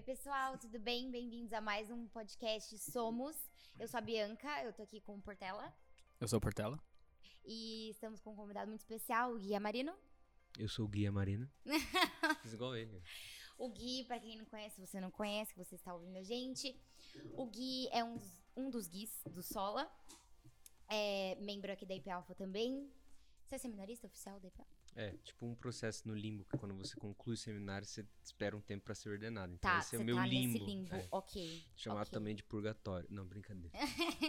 pessoal, tudo bem? Bem-vindos a mais um podcast Somos. Eu sou a Bianca, eu tô aqui com o Portela. Eu sou o Portela. E estamos com um convidado muito especial, o Gui Amarino. Eu sou o Gui Amarino. Fiz igual ele. O Gui, pra quem não conhece, você não conhece, que você está ouvindo a gente. O Gui é um dos Guis do Sola. É membro aqui da IP Alpha também. Você é seminarista oficial da IP Alpha? É, tipo um processo no limbo, que quando você conclui o seminário, você espera um tempo pra ser ordenado. Então Tá, esse é você o meu tá limbo. nesse limbo, ok. Chamado ok. também de purgatório. Não, brincadeira.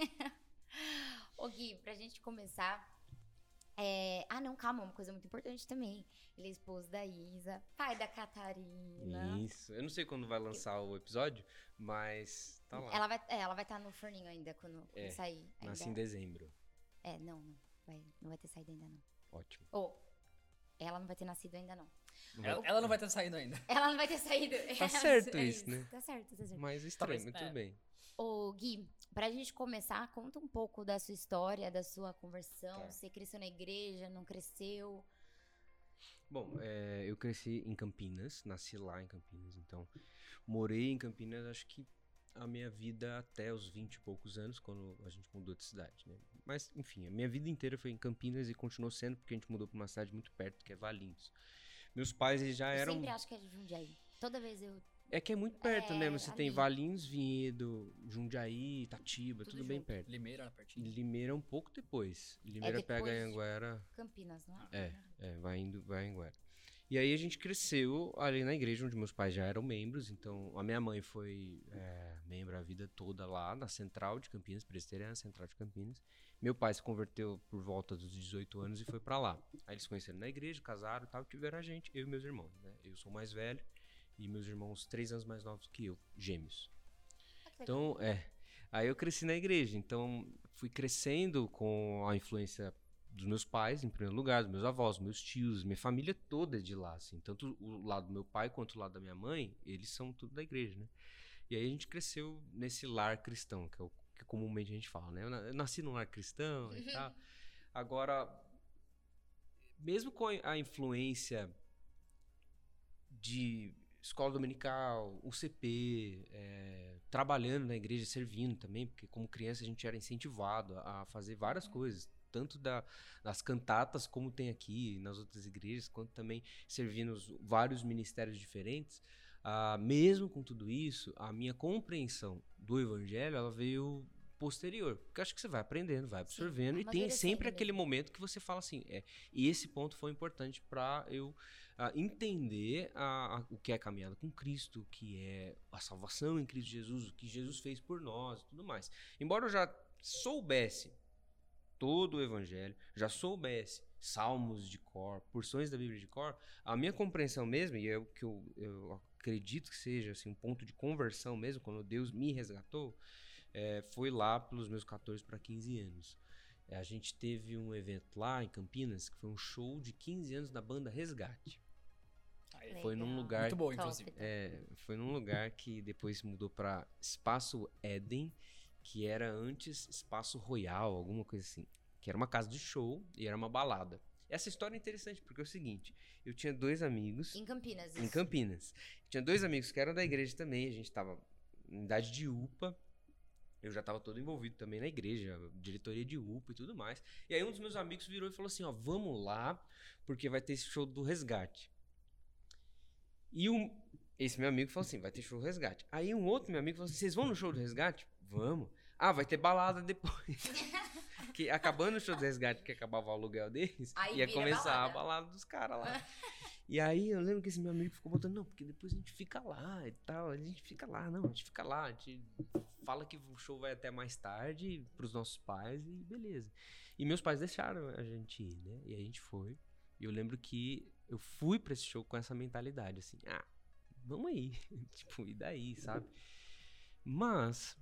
Ô Gui, pra gente começar... não, calma, uma coisa muito importante também. Ele é esposo da Isa, pai da Catarina. Isso. Eu não sei quando vai lançar o episódio, mas tá lá. Ela vai estar no forninho ainda quando sair. Nasce em dezembro. Não vai ter saído ainda não. Ótimo. Ela não vai ter nascido ainda não. Ela não vai ter saído ainda. Ela não vai ter saído. Tá certo isso, né? Tá certo. Mas estranho, mas tudo bem. Ô, Gui, pra gente começar, conta um pouco da sua história, da sua conversão. Tá. Você cresceu na igreja, não cresceu? Bom, eu cresci em Campinas, nasci lá em Campinas, então morei em Campinas acho que a minha vida até os 20 e poucos anos, quando a gente mudou de cidade, né? Mas, enfim, a minha vida inteira foi em Campinas e continuou sendo porque a gente mudou pra uma cidade muito perto, que é Valinhos. Meus pais eles já eram... Eu sempre acho que é de Jundiaí. Toda vez eu... É que é muito perto, né? Você tem ali. Valinhos, Vinhedo, Jundiaí, Itatiba, tudo bem junto. perto. Limeira na pertinho. Limeira um pouco depois. Limeira depois pega de Anhanguera... Campinas, não é? vai em Anhanguera. E aí a gente cresceu ali na igreja onde meus pais já eram membros, então a minha mãe foi membro a vida toda lá na Central de Campinas, Presbiteriana Central de Campinas. Meu pai se converteu por volta dos 18 anos e foi pra lá. Aí eles se conheceram na igreja, casaram e tal, tiveram a gente, eu e meus irmãos, né? Eu sou o mais velho e meus irmãos 3 anos mais novos que eu, gêmeos. Então, aí eu cresci na igreja, então fui crescendo com a influência dos meus pais, em primeiro lugar, dos meus avós, meus tios, minha família toda é de lá, assim. Tanto o lado do meu pai quanto o lado da minha mãe, eles são tudo da igreja, né? E aí a gente cresceu nesse lar cristão, que é o que comumente a gente fala, né? Eu nasci num lar cristão e tal. Agora, mesmo com a influência de escola dominical, UCP, trabalhando na igreja, servindo também, porque como criança a gente era incentivado a fazer várias coisas, tanto das cantatas, como tem aqui nas outras igrejas, quanto também servindo vários ministérios diferentes. Mesmo com tudo isso, a minha compreensão do evangelho, ela veio posterior, porque eu acho que você vai aprendendo, vai absorvendo, e tem sempre aquele momento que você fala assim, e esse ponto foi importante para eu entender o que é a caminhada com Cristo, o que é a salvação em Cristo Jesus, o que Jesus fez por nós e tudo mais. Embora eu já soubesse todo o evangelho, já soubesse salmos de cor, porções da Bíblia de cor, a minha compreensão mesmo, e é o que eu acredito que seja assim, um ponto de conversão mesmo, quando Deus me resgatou, foi lá pelos meus 14 para 15 anos. A gente teve um evento lá em Campinas, que foi um show de 15 anos da banda Resgate. Foi num lugar... Muito bom, inclusive. Foi num lugar que depois mudou para Espaço Éden, que era antes Espaço Royal, alguma coisa assim. Que era uma casa de show e era uma balada. Essa história é interessante, porque é o seguinte, eu tinha 2 amigos... Em Campinas, isso. Em Campinas. Tinha 2 amigos que eram da igreja também, a gente tava em idade de UPA, eu já tava todo envolvido também na igreja, diretoria de UPA e tudo mais. E aí um dos meus amigos virou e falou assim, vamos lá, porque vai ter esse show do Resgate. E esse meu amigo falou assim, vai ter show do Resgate. Aí um outro meu amigo falou assim, vocês vão no show do Resgate? Vamos. Vai ter balada depois. Que acabando o show do Resgate, que acabava o aluguel deles, aí ia começar balada. a balada dos caras lá. E aí eu lembro que esse meu amigo ficou botando, não, porque depois a gente fica lá e tal, a gente fica lá, a gente fala que o show vai até mais tarde pros nossos pais e beleza. E meus pais deixaram a gente ir, né? E a gente foi. E eu lembro que eu fui pra esse show com essa mentalidade, assim, vamos aí, tipo, e daí, sabe? Mas,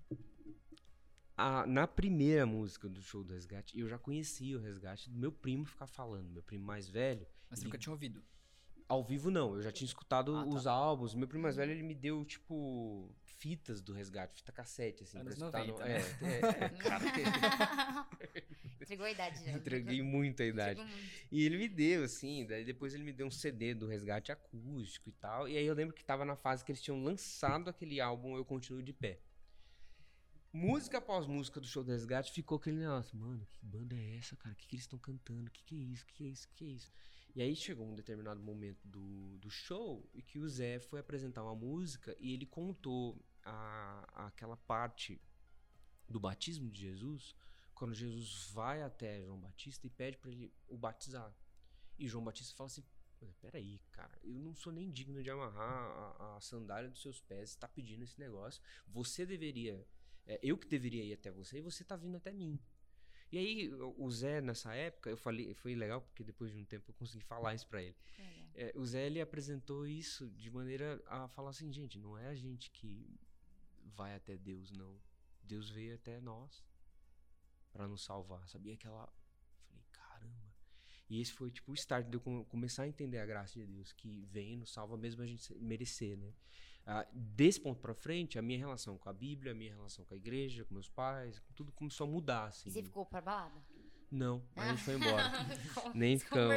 na primeira música do show do Resgate, eu já conhecia o Resgate do meu primo ficar falando, meu primo mais velho. Mas você nunca tinha ouvido? Ao vivo não, eu já tinha escutado os álbuns. Meu primo mais velho, ele me deu, tipo, fitas do Resgate, fita cassete, assim, Anos pra escutar 90, no... Cara, Entregou Entregou a idade já. Entreguei muito a idade. Entregou muito. E ele me deu, assim, daí depois ele me deu um CD do Resgate Acústico e tal. E aí eu lembro que tava na fase que eles tinham lançado aquele álbum Eu Continuo de Pé. Música após música do show do Resgate ficou aquele negócio, mano, que banda é essa, cara? O que eles estão cantando? O que é isso? O que é isso? O que é isso? E aí chegou um determinado momento do show e que o Zé foi apresentar uma música e ele contou aquela parte do batismo de Jesus, quando Jesus vai até João Batista e pede pra ele o batizar. E João Batista fala assim, peraí, cara, eu não sou nem digno de amarrar a sandália dos seus pés, você tá pedindo esse negócio, você deveria... eu que deveria ir até você e você tá vindo até mim. E aí o Zé, nessa época, eu falei, foi legal porque depois de um tempo eu consegui falar isso pra ele. O Zé, ele apresentou isso de maneira a falar assim, gente, não é a gente que vai até Deus, não. Deus veio até nós pra nos salvar, sabia? Aquela... Falei, caramba. E esse foi tipo o start de eu começar a entender a graça de Deus, que vem e nos salva mesmo a gente merecer, né? Desse ponto pra frente, a minha relação com a Bíblia, a minha relação com a igreja, com meus pais, tudo começou a mudar, assim. E você ficou pra balada? Não, a gente foi embora. Nem ficamos.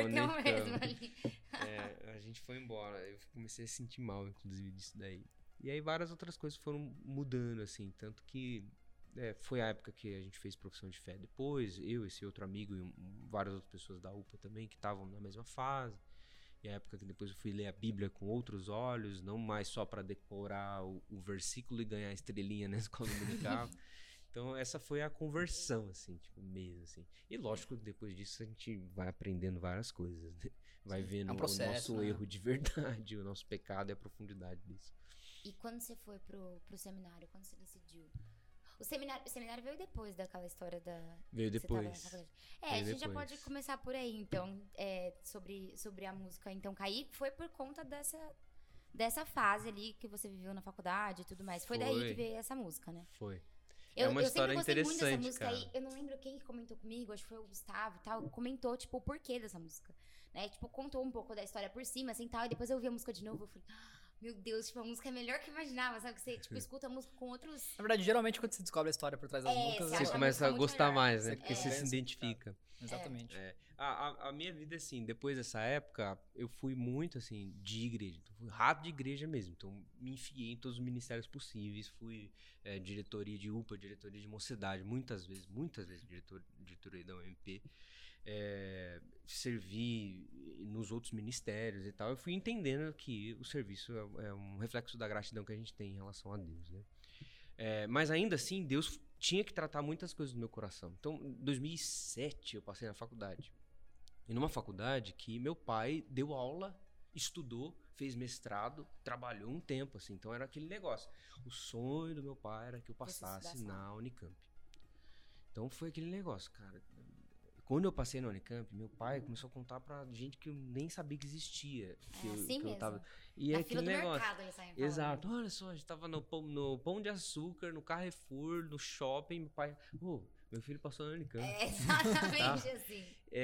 A gente foi embora. Eu comecei a sentir mal, inclusive, disso daí. E aí várias outras coisas foram mudando, assim. Tanto que foi a época que a gente fez profissão de fé depois. Eu, esse outro amigo e várias outras pessoas da UPA também, que estavam na mesma fase. E a época que depois eu fui ler a Bíblia com outros olhos, não mais só para decorar o versículo e ganhar estrelinha na escola dominical. Então essa foi a conversão, assim, tipo, mesmo, assim. E lógico que depois disso a gente vai aprendendo várias coisas, né? Vai vendo processo, o nosso erro de verdade, o nosso pecado e a profundidade disso. E quando você foi pro seminário, quando você decidiu? O seminário veio depois daquela história da... Veio depois. A gente já pode começar por aí, então, sobre a música. Então, Cair foi por conta dessa fase ali que você viveu na faculdade e tudo mais. Foi daí que veio essa música, né? Foi. É uma história interessante, muito dessa música cara. aí. Eu não lembro quem comentou comigo, acho que foi o Gustavo e tal, comentou, tipo, o porquê dessa música, né? Tipo, contou um pouco da história por cima, assim, tal, e depois eu ouvi a música de novo, eu falei... Meu Deus, tipo, a música é melhor que eu imaginava, sabe? Que você, tipo, escuta a música com outros... Na verdade, geralmente, quando você descobre a história por trás das músicas... Você começa a gostar mais, né? Porque você se identifica. Exatamente. A minha vida, assim, depois dessa época, eu fui muito, assim, de igreja. Então, fui rato de igreja mesmo. Então, me enfiei em todos os ministérios possíveis. Fui diretoria de UPA, diretoria de mocidade, muitas vezes, diretoria da UMP. Servi nos outros ministérios e tal, eu fui entendendo que o serviço é um reflexo da gratidão que a gente tem em relação a Deus, né? Mas ainda assim, Deus tinha que tratar muitas coisas do meu coração. Então, em 2007, eu passei na faculdade. E numa faculdade que meu pai deu aula, estudou, fez mestrado, trabalhou um tempo, assim. Então, era aquele negócio. O sonho do meu pai era que eu passasse na Unicamp. Então, foi aquele negócio, cara. Quando eu passei na Unicamp, meu pai começou a contar pra gente que eu nem sabia que existia. E na é aquele fila do negócio. Mercado, eles saem falando. Exato. Olha só, a gente tava no Pão de Açúcar, no Carrefour, no shopping. Meu pai, meu filho passou na Unicamp. Exatamente assim.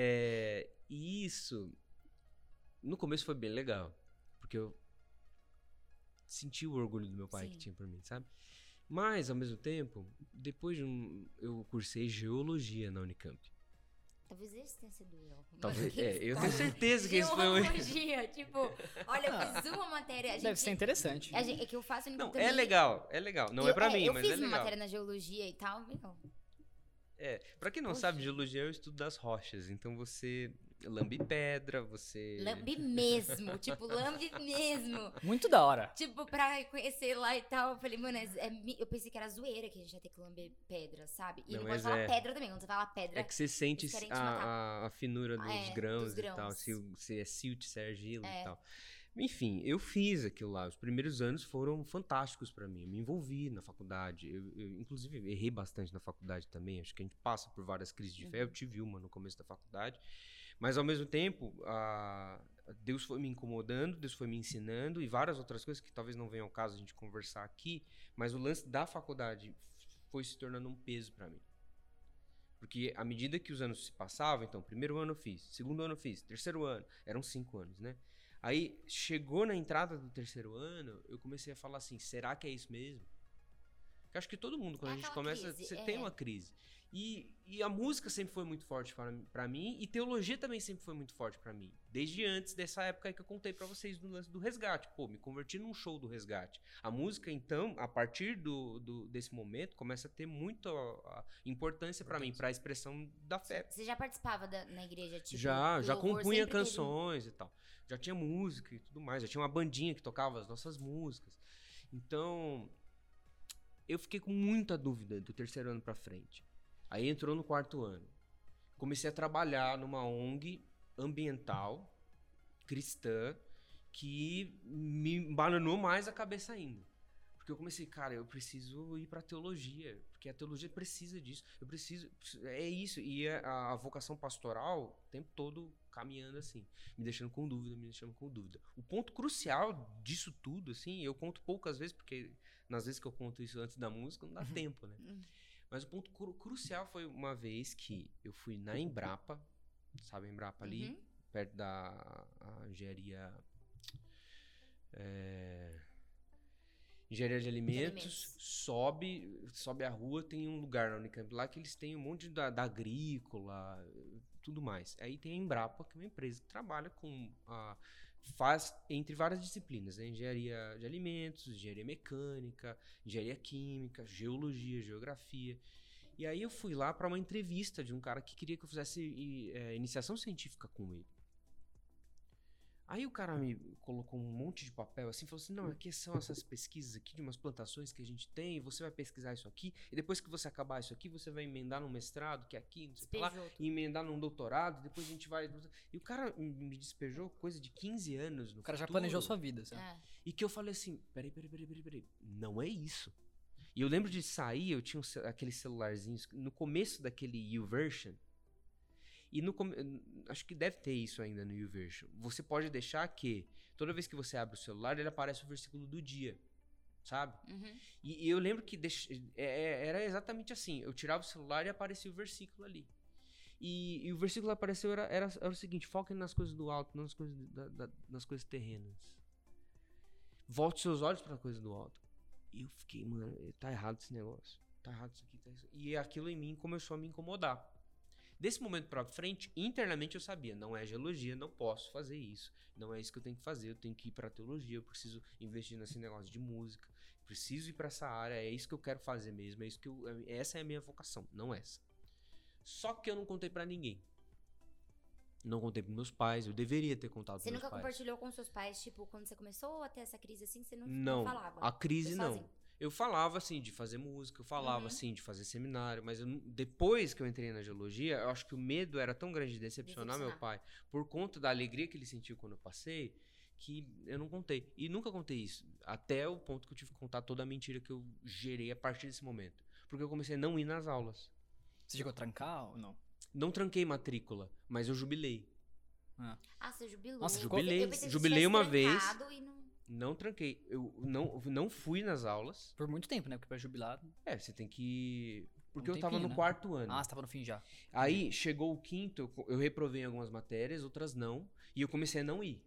E isso, no começo foi bem legal. Porque eu senti o orgulho do meu pai que tinha por mim, sabe? Mas, ao mesmo tempo, depois eu cursei Geologia na Unicamp. Talvez esse tenha sido eu. Talvez, eu tenho certeza que esse foi o... Geologia, tipo, olha, eu fiz uma matéria... Deve ser interessante. É que eu faço... Não, também, é legal. Não é pra mim, mas é legal. Eu fiz uma matéria na Geologia e tal, meu... Pra quem não sabe, Geologia é o estudo das rochas. Então você lambe pedra, você... Lambe mesmo, tipo, lambe mesmo. Muito da hora. Tipo, pra conhecer lá e tal, eu falei, mano, eu pensei que era zoeira que a gente ia ter que lamber pedra, sabe? E não pode falar pedra também, quando você fala pedra... É que você sente a finura dos grãos e tal, se é silt, se é argila e tal. Enfim, eu fiz aquilo lá. Os primeiros anos foram fantásticos pra mim. Eu me envolvi na faculdade. Eu inclusive, errei bastante na faculdade também. Acho que a gente passa por várias crises de fé. Eu tive uma no começo da faculdade. Mas, ao mesmo tempo, Deus foi me incomodando, Deus foi me ensinando e várias outras coisas que talvez não venham ao caso a gente conversar aqui. Mas o lance da faculdade foi se tornando um peso pra mim. Porque à medida que os anos se passavam, então, primeiro ano eu fiz, segundo ano eu fiz, terceiro ano, eram 5 anos, né? Aí, chegou na entrada do terceiro ano, eu comecei a falar assim, será que é isso mesmo? Porque acho que todo mundo, quando a gente começa, você tem uma crise. E a música sempre foi muito forte pra mim, e teologia também sempre foi muito forte pra mim. Desde antes dessa época aí que eu contei pra vocês do lance do Resgate. Pô, me converti num show do Resgate. A música, então, a partir desse momento, começa a ter muita importância pra mim, pra expressão da fé. Você já participava na igreja, tipo, Já do louvor, compunha sempre teve- canções e tal. Já tinha música e tudo mais. Já tinha uma bandinha que tocava as nossas músicas. Então, eu fiquei com muita dúvida do terceiro ano pra frente. Aí entrou no quarto ano. Comecei a trabalhar numa ONG ambiental, cristã, que me bananou mais a cabeça ainda. Porque eu comecei, cara, eu preciso ir pra teologia, porque a teologia precisa disso. Eu preciso, é isso. E a vocação pastoral, o tempo todo caminhando assim, me deixando com dúvida. O ponto crucial disso tudo, assim, eu conto poucas vezes, porque nas vezes que eu conto isso antes da música, não dá tempo, né? Mas o ponto crucial foi uma vez que eu fui na Embrapa, sabe a Embrapa ali? Perto da engenharia... engenharia de alimentos. Sobe a rua, tem um lugar na Unicamp lá que eles têm um monte da agrícola, tudo mais. Aí tem a Embrapa, que é uma empresa que trabalha com... faz entre várias disciplinas, né? Engenharia de alimentos, engenharia mecânica, engenharia química, geologia, geografia. E aí eu fui lá para uma entrevista de um cara que queria que eu fizesse iniciação científica com ele. Aí o cara me colocou um monte de papel assim, falou assim, não, aqui são essas pesquisas aqui de umas plantações que a gente tem, você vai pesquisar isso aqui, e depois que você acabar isso aqui, você vai emendar num mestrado, que é aqui, não sei o que lá, e emendar num doutorado, depois a gente vai... E o cara me despejou coisa de 15 anos no O cara já futuro. planejou sua vida, assim. E que eu falei assim, peraí, não é isso. E eu lembro de sair, eu tinha aqueles celularzinhos, no começo daquele YouVersion, e acho que deve ter isso ainda no YouVersion. Você pode deixar que, toda vez que você abre o celular, ele aparece o versículo do dia, sabe? E eu lembro que era exatamente assim. Eu tirava o celular e aparecia o versículo ali. E o versículo que apareceu era o seguinte, foquem nas coisas do alto, não nas coisas terrenas. Volte seus olhos para as coisas do alto. E eu fiquei, mano, tá errado esse negócio. Tá errado isso aqui. E aquilo em mim começou a me incomodar. Desse momento pra frente, internamente eu sabia, não é geologia, não posso fazer isso. Não é isso que eu tenho que fazer, eu tenho que ir pra teologia, eu preciso investir nesse negócio de música, preciso ir pra essa área, é isso que eu quero fazer mesmo, essa é a minha vocação, não essa. Só que eu não contei pra ninguém. Não contei pros meus pais, eu deveria ter contado pros meus pais. Você nunca compartilhou com seus pais, tipo, quando você começou a ter essa crise assim, você não falava? Não, a crise não. Sozinho. Eu falava, assim, de fazer música, eu falava, assim, de fazer seminário, mas depois que eu entrei na geologia, eu acho que o medo era tão grande de decepcionar meu pai, por conta da alegria que ele sentiu quando eu passei, que eu não contei. E nunca contei isso, até o ponto que eu tive que contar toda a mentira que eu gerei a partir desse momento. Porque eu comecei a não ir nas aulas. Você chegou a trancar ou não? Não tranquei matrícula, mas eu jubilei. Você jubilou. Nossa, jubilei uma vez. Não tranquei. Eu não fui nas aulas. Por muito tempo, né? Porque pra jubilado... Você tem que... Porque eu tempinho, tava no né? quarto ano. Você tava no fim já. Aí chegou o quinto, eu reprovei em algumas matérias, outras não. E eu comecei a não ir.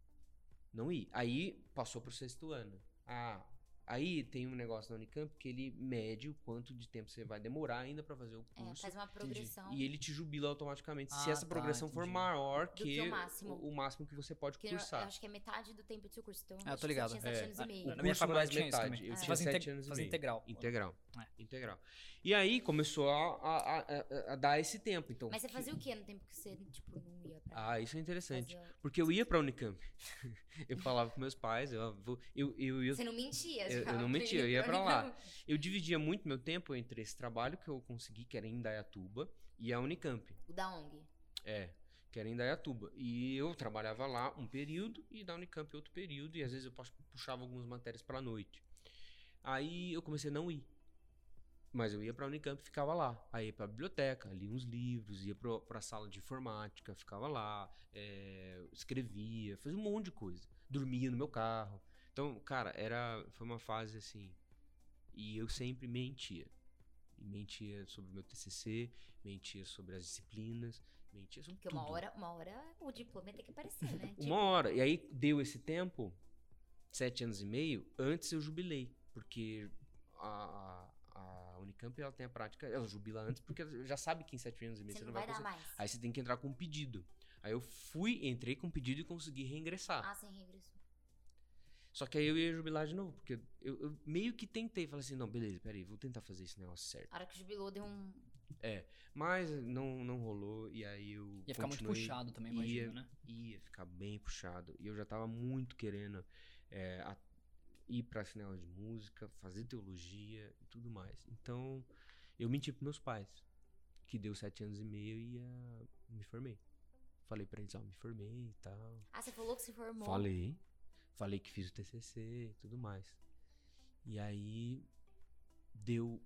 Aí passou pro sexto ano. Aí tem um negócio na Unicamp que ele mede o quanto de tempo você vai demorar ainda pra fazer o curso. Faz uma progressão. E ele te jubila automaticamente se essa progressão for maior que o máximo que você pode cursar. Eu acho que é metade do tempo do seu curso. Então, eu tô ligado. Você tinha 7 anos e meio. Na minha faculdade tinha isso metade. também. Eu tinha 7 anos e Fazer meio. integral. Integral. E aí começou a dar esse tempo. Então, Mas você fazia o que no tempo que você, tipo, não ia pra... isso é interessante. Porque eu ia pra Unicamp. Eu falava com meus pais, Você não mentia? Eu não mentia, eu ia pra lá. Eu dividia muito meu tempo entre esse trabalho que eu consegui, que era em Indaiatuba, e a Unicamp. O da ONG? Que era em Indaiatuba. E eu trabalhava lá um período e da Unicamp outro período, e às vezes eu puxava algumas matérias pra noite. Aí eu comecei a não ir. Mas eu ia pra Unicamp e ficava lá. Aí ia pra biblioteca, lia uns livros, ia pra sala de informática, ficava lá, escrevia, fazia um monte de coisa. Dormia no meu carro. Então, cara, foi uma fase assim. E eu sempre mentia. E mentia sobre o meu TCC, mentia sobre as disciplinas, mentia sobre Porque tudo. uma hora o diploma tem que aparecer, né? Uma hora. E aí deu esse tempo, 7 anos e meio, antes eu jubilei. Porque a Unicamp, ela tem a prática, ela jubila antes, porque já sabe que em 7 anos e meio Você não vai dar conseguir. mais. Aí você tem que entrar com um pedido. Aí eu entrei com um pedido e consegui reingressar. Ah, sem regressou. Só que aí eu ia jubilar de novo, porque eu meio que tentei, falei assim, não, beleza, peraí, vou tentar fazer esse negócio certo. A hora que jubilou, deu um... Mas não rolou, e aí eu Ia ficar muito puxado também, imagino, né? Ia ficar bem puxado. E eu já tava muito querendo ir pra esse negócio de música, fazer teologia e tudo mais. Então, eu menti pros meus pais, que deu 7 anos e meio e me formei. Falei pra eles, me formei e tal. Ah, você falou que se formou? Falei que fiz o TCC e tudo mais. E aí, deu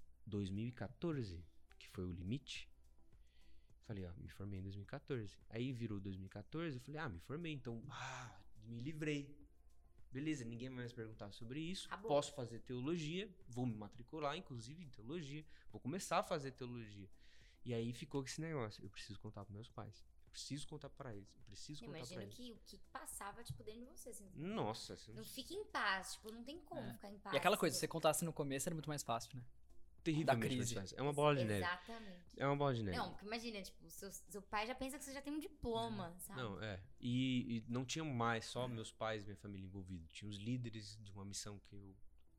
2014, que foi o limite. Falei, me formei em 2014. Aí virou 2014, eu falei, me formei, então, me livrei. Beleza, ninguém vai mais perguntar sobre isso. Acabou. Posso fazer teologia, vou me matricular, inclusive, em teologia. Vou começar a fazer teologia. E aí ficou esse negócio. Eu preciso contar pros meus pais. Eu preciso contar pra eles. Eu preciso contar pra eles. Imagino que o que passava, tipo, dentro de você. Assim, Nossa. não fique em paz. Tipo, não tem como ficar em paz. E aquela coisa, se você contasse no começo, era muito mais fácil, né? Terrivelmente mais fácil. É uma bola de neve. Exatamente. É uma bola de neve. Não, porque imagina, tipo, seu pai já pensa que você já tem um diploma, sabe? Não, E não tinham mais só meus pais e minha família envolvidos. Tinha os líderes de uma missão que eu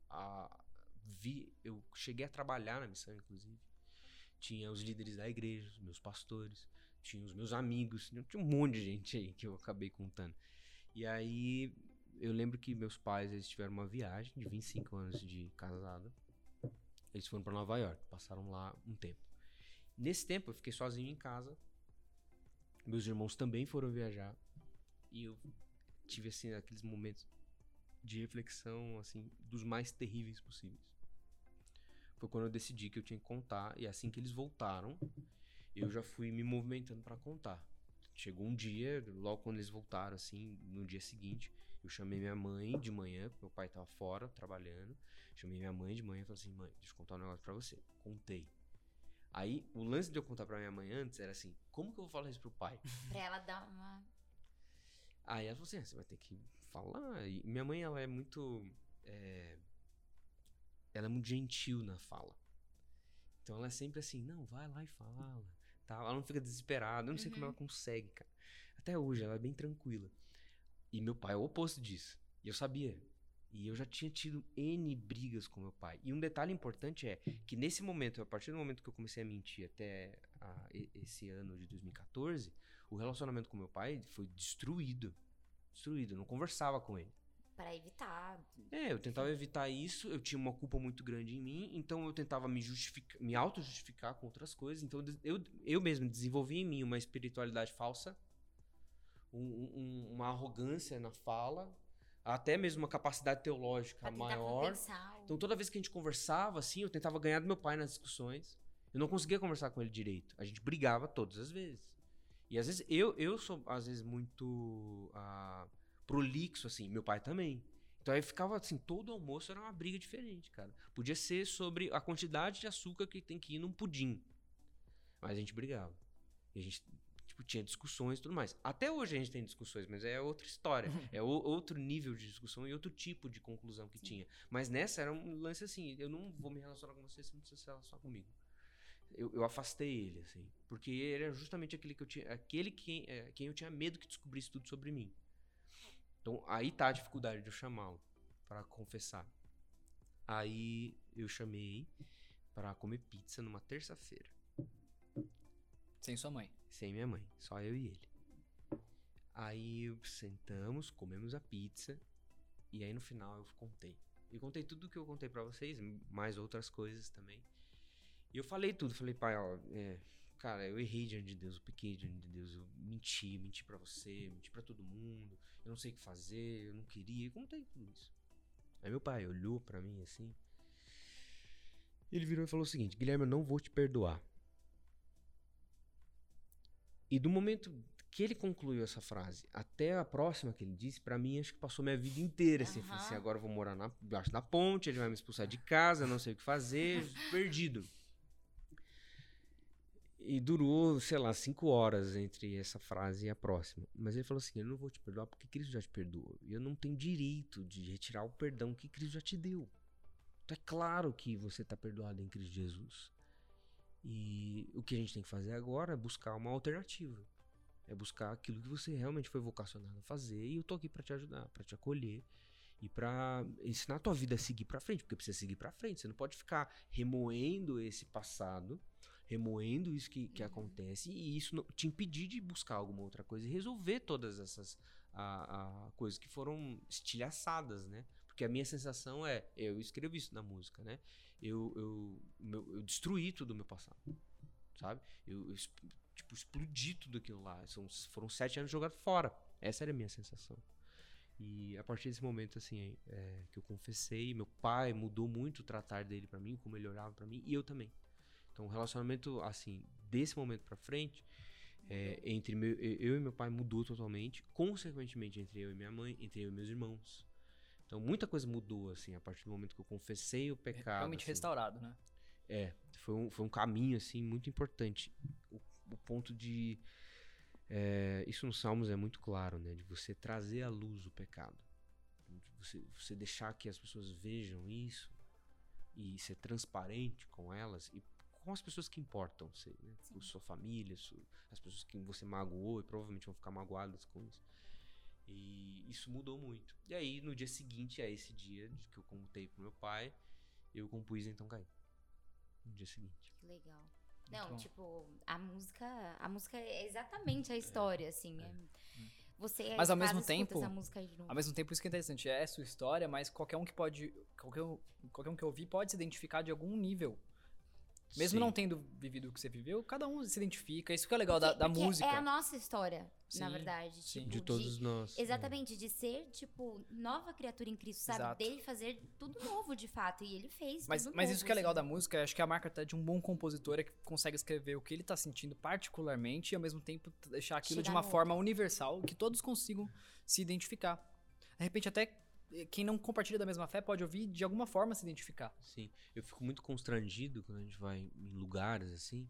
vi. Eu cheguei a trabalhar na missão, inclusive. Tinha os líderes da igreja, os meus pastores. Tinha os meus amigos. Tinha um monte de gente aí que eu acabei contando. E aí, eu lembro que meus pais, eles tiveram uma viagem de 25 anos de casado. Eles foram pra Nova York, passaram lá um tempo. Nesse tempo eu fiquei sozinho em casa. Meus irmãos também foram viajar. E eu tive, assim, aqueles momentos de reflexão, assim, dos mais terríveis possíveis. Foi quando eu decidi que eu tinha que contar. E assim que eles voltaram, eu já fui me movimentando pra contar. Chegou um dia, logo quando eles voltaram, assim, no dia seguinte, eu chamei minha mãe de manhã, meu pai tava fora, trabalhando. Chamei minha mãe de manhã e falei assim, mãe, deixa eu contar um negócio pra você. Contei. Aí, o lance de eu contar pra minha mãe antes era assim, como que eu vou falar isso pro pai? Pra ela dar uma... Aí ela falou assim, você vai ter que falar. E minha mãe, ela é muito gentil na fala. Então ela é sempre assim, não, vai lá e fala. Tá? Ela não fica desesperada, eu não sei como ela consegue, cara. Até hoje, ela é bem tranquila. E meu pai é o oposto disso. E eu sabia. E eu já tinha tido N brigas com meu pai. E um detalhe importante é que nesse momento, a partir do momento que eu comecei a mentir até esse ano de 2014, o relacionamento com meu pai foi destruído. Destruído. Eu não conversava com ele. Pra evitar. Eu tentava evitar isso. Eu tinha uma culpa muito grande em mim. Então eu tentava me auto-justificar com outras coisas. Então eu mesmo desenvolvi em mim uma espiritualidade falsa. Uma arrogância na fala. Até mesmo uma capacidade teológica maior. Então toda vez que a gente conversava, assim, eu tentava ganhar do meu pai nas discussões. Eu não conseguia conversar com ele direito. A gente brigava todas as vezes. E às vezes eu sou, às vezes, muito prolixo, assim. Meu pai também. Então aí ficava assim, todo almoço era uma briga diferente, cara. Podia ser sobre a quantidade de açúcar que tem que ir num pudim. Mas a gente brigava. E a gente... tinha discussões e tudo mais. Até hoje a gente tem discussões, mas é outra história. É outro nível de discussão e outro tipo de conclusão que tinha. Mas nessa era um lance assim, eu não vou me relacionar com você, você não precisa se relacionar comigo. Eu afastei ele, assim. Porque ele era justamente quem eu tinha medo que descobrisse tudo sobre mim. Então aí tá a dificuldade de eu chamá-lo pra confessar. Aí eu chamei pra comer pizza numa terça-feira. Sem sua mãe? Sem minha mãe, só eu e ele. Aí sentamos, comemos a pizza. E aí no final eu contei. Eu contei tudo que eu contei pra vocês, mais outras coisas também. E eu falei tudo, falei, pai, cara, eu errei diante de Deus, eu pequei diante de Deus, eu menti pra você, menti pra todo mundo, eu não sei o que fazer, eu não queria, eu contei tudo isso. Aí meu pai olhou pra mim assim, ele virou e falou o seguinte, Guilherme, eu não vou te perdoar. E do momento que ele concluiu essa frase até a próxima que ele disse, pra mim, acho que passou minha vida inteira. Assim, falei assim, agora eu vou morar debaixo da ponte, ele vai me expulsar de casa, não sei o que fazer, perdido. E durou, sei lá, 5 horas entre essa frase e a próxima. Mas ele falou assim, eu não vou te perdoar porque Cristo já te perdoou. E eu não tenho direito de retirar o perdão que Cristo já te deu. Então é claro que você tá perdoado em Cristo Jesus. E o que a gente tem que fazer agora é buscar uma alternativa. É buscar aquilo que você realmente foi vocacionado a fazer. E eu tô aqui pra te ajudar, pra te acolher. E pra ensinar a tua vida a seguir pra frente. Porque precisa seguir pra frente. Você não pode ficar remoendo esse passado, remoendo isso que acontece. E isso não, te impedir de buscar alguma outra coisa. E resolver todas essas coisas que foram estilhaçadas, né? Porque a minha sensação é... Eu escrevo isso na música, né? Eu destruí tudo o meu passado, sabe? Eu tipo, explodi tudo aquilo lá. Foram 7 anos jogados fora. Essa era a minha sensação. E a partir desse momento, assim, que eu confessei, meu pai mudou muito o tratar dele pra mim, como ele olhava pra mim, e eu também. Então, o relacionamento, assim, desse momento pra frente, entre eu e meu pai mudou totalmente, consequentemente entre eu e minha mãe, entre eu e meus irmãos. Então, muita coisa mudou, assim, a partir do momento que eu confessei o pecado. Realmente assim. restaurado, né? Foi um caminho, assim, muito importante. O ponto de... isso nos Salmos é muito claro, né? De você trazer à luz o pecado. De você deixar que as pessoas vejam isso e ser transparente com elas e com as pessoas que importam, sei, né? Com sua família, as pessoas que você magoou e provavelmente vão ficar magoadas com isso. E isso mudou muito. E aí, no dia seguinte a esse dia que eu contei pro meu pai, eu compus Então Caí. No dia seguinte. Que legal. Não, bom. tipo, a música é exatamente a história, assim. Você Mas ao quase mesmo escuta tempo, essa música de novo. Ao mesmo tempo, isso que é interessante. É a sua história, mas qualquer um que ouvir pode se identificar de algum nível. Mesmo Sim. não tendo vivido o que você viveu, cada um se identifica. Isso que é legal da Porque música. é a nossa história, na Sim, verdade. sim. Tipo, De todos nós. Exatamente, de ser, tipo, nova criatura em Cristo, sabe? Exato. Dele fazer tudo novo, de fato. E ele fez Mas tudo isso novo, que é legal assim. da música, acho que a marca até de um bom compositor é que consegue escrever o que ele tá sentindo particularmente e ao mesmo tempo deixar aquilo de Chegar uma no forma universal que todos consigam se identificar. De repente até quem não compartilha da mesma fé pode ouvir e de alguma forma se identificar. Sim, eu fico muito constrangido quando a gente vai em lugares assim.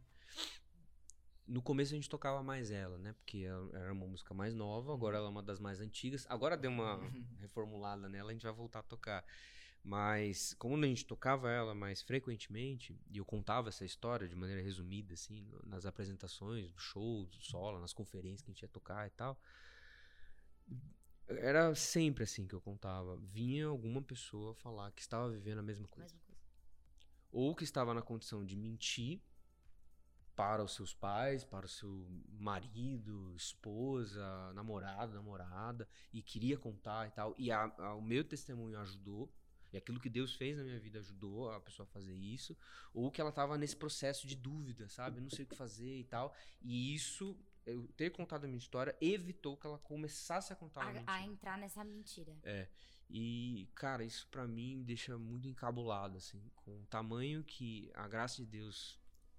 No começo a gente tocava mais ela, né? Porque ela era uma música mais nova, agora ela é uma das mais antigas. Agora deu uma reformulada nela, a gente vai voltar a tocar. Mas como a gente tocava ela mais frequentemente, e eu contava essa história de maneira resumida, assim, nas apresentações, do show, do solo, nas conferências que a gente ia tocar e tal. Era sempre assim que eu contava. Vinha alguma pessoa falar que estava vivendo a mesma coisa. Mesma coisa. Ou que estava na condição de mentir para os seus pais, para o seu marido, esposa, namorada, e queria contar e tal. E o meu testemunho ajudou, e aquilo que Deus fez na minha vida ajudou a pessoa a fazer isso. Ou que ela estava nesse processo de dúvida, sabe? Não sei o que fazer e tal. E isso... Eu ter contado a minha história evitou que ela começasse a contar uma mentira. A entrar nessa mentira. E, cara, isso pra mim me deixa muito encabulado, assim, com o tamanho que a graça de Deus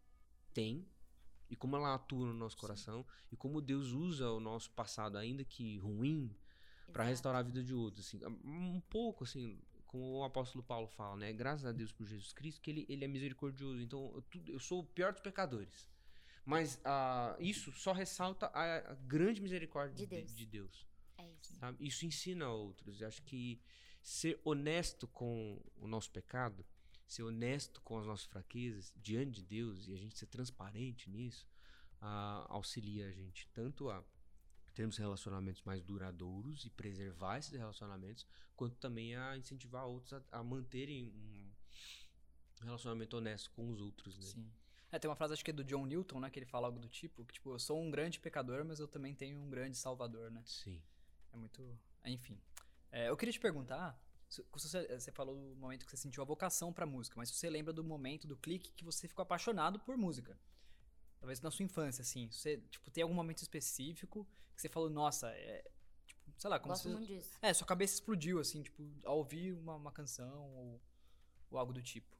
tem e como ela atua no nosso coração e como Deus usa o nosso passado, ainda que ruim, pra Exato. restaurar a vida de outros, assim. Um pouco, assim, como o apóstolo Paulo fala, né? Graças a Deus por Jesus Cristo, que ele é misericordioso. Então, eu sou o pior dos pecadores. Mas isso só ressalta a grande misericórdia de Deus. É isso. Sabe? Isso ensina a outros. Eu acho que ser honesto com o nosso pecado, ser honesto com as nossas fraquezas diante de Deus e a gente ser transparente nisso, auxilia a gente tanto a termos relacionamentos mais duradouros e preservar esses relacionamentos, quanto também a incentivar outros a manterem um relacionamento honesto com os outros, né? Sim. Tem uma frase, acho que é do John Newton, né? Que ele fala algo do tipo, que tipo, eu sou um grande pecador, mas eu também tenho um grande salvador, né? Sim. É muito... Enfim. Eu queria te perguntar, você falou do momento que você sentiu a vocação pra música, mas você lembra do momento, do clique que você ficou apaixonado por música? Talvez na sua infância, assim. Você, tipo, tem algum momento específico que você falou, nossa, tipo, sei lá, como Gosto muito disso. sua cabeça explodiu, assim, tipo, ao ouvir uma canção ou algo do tipo.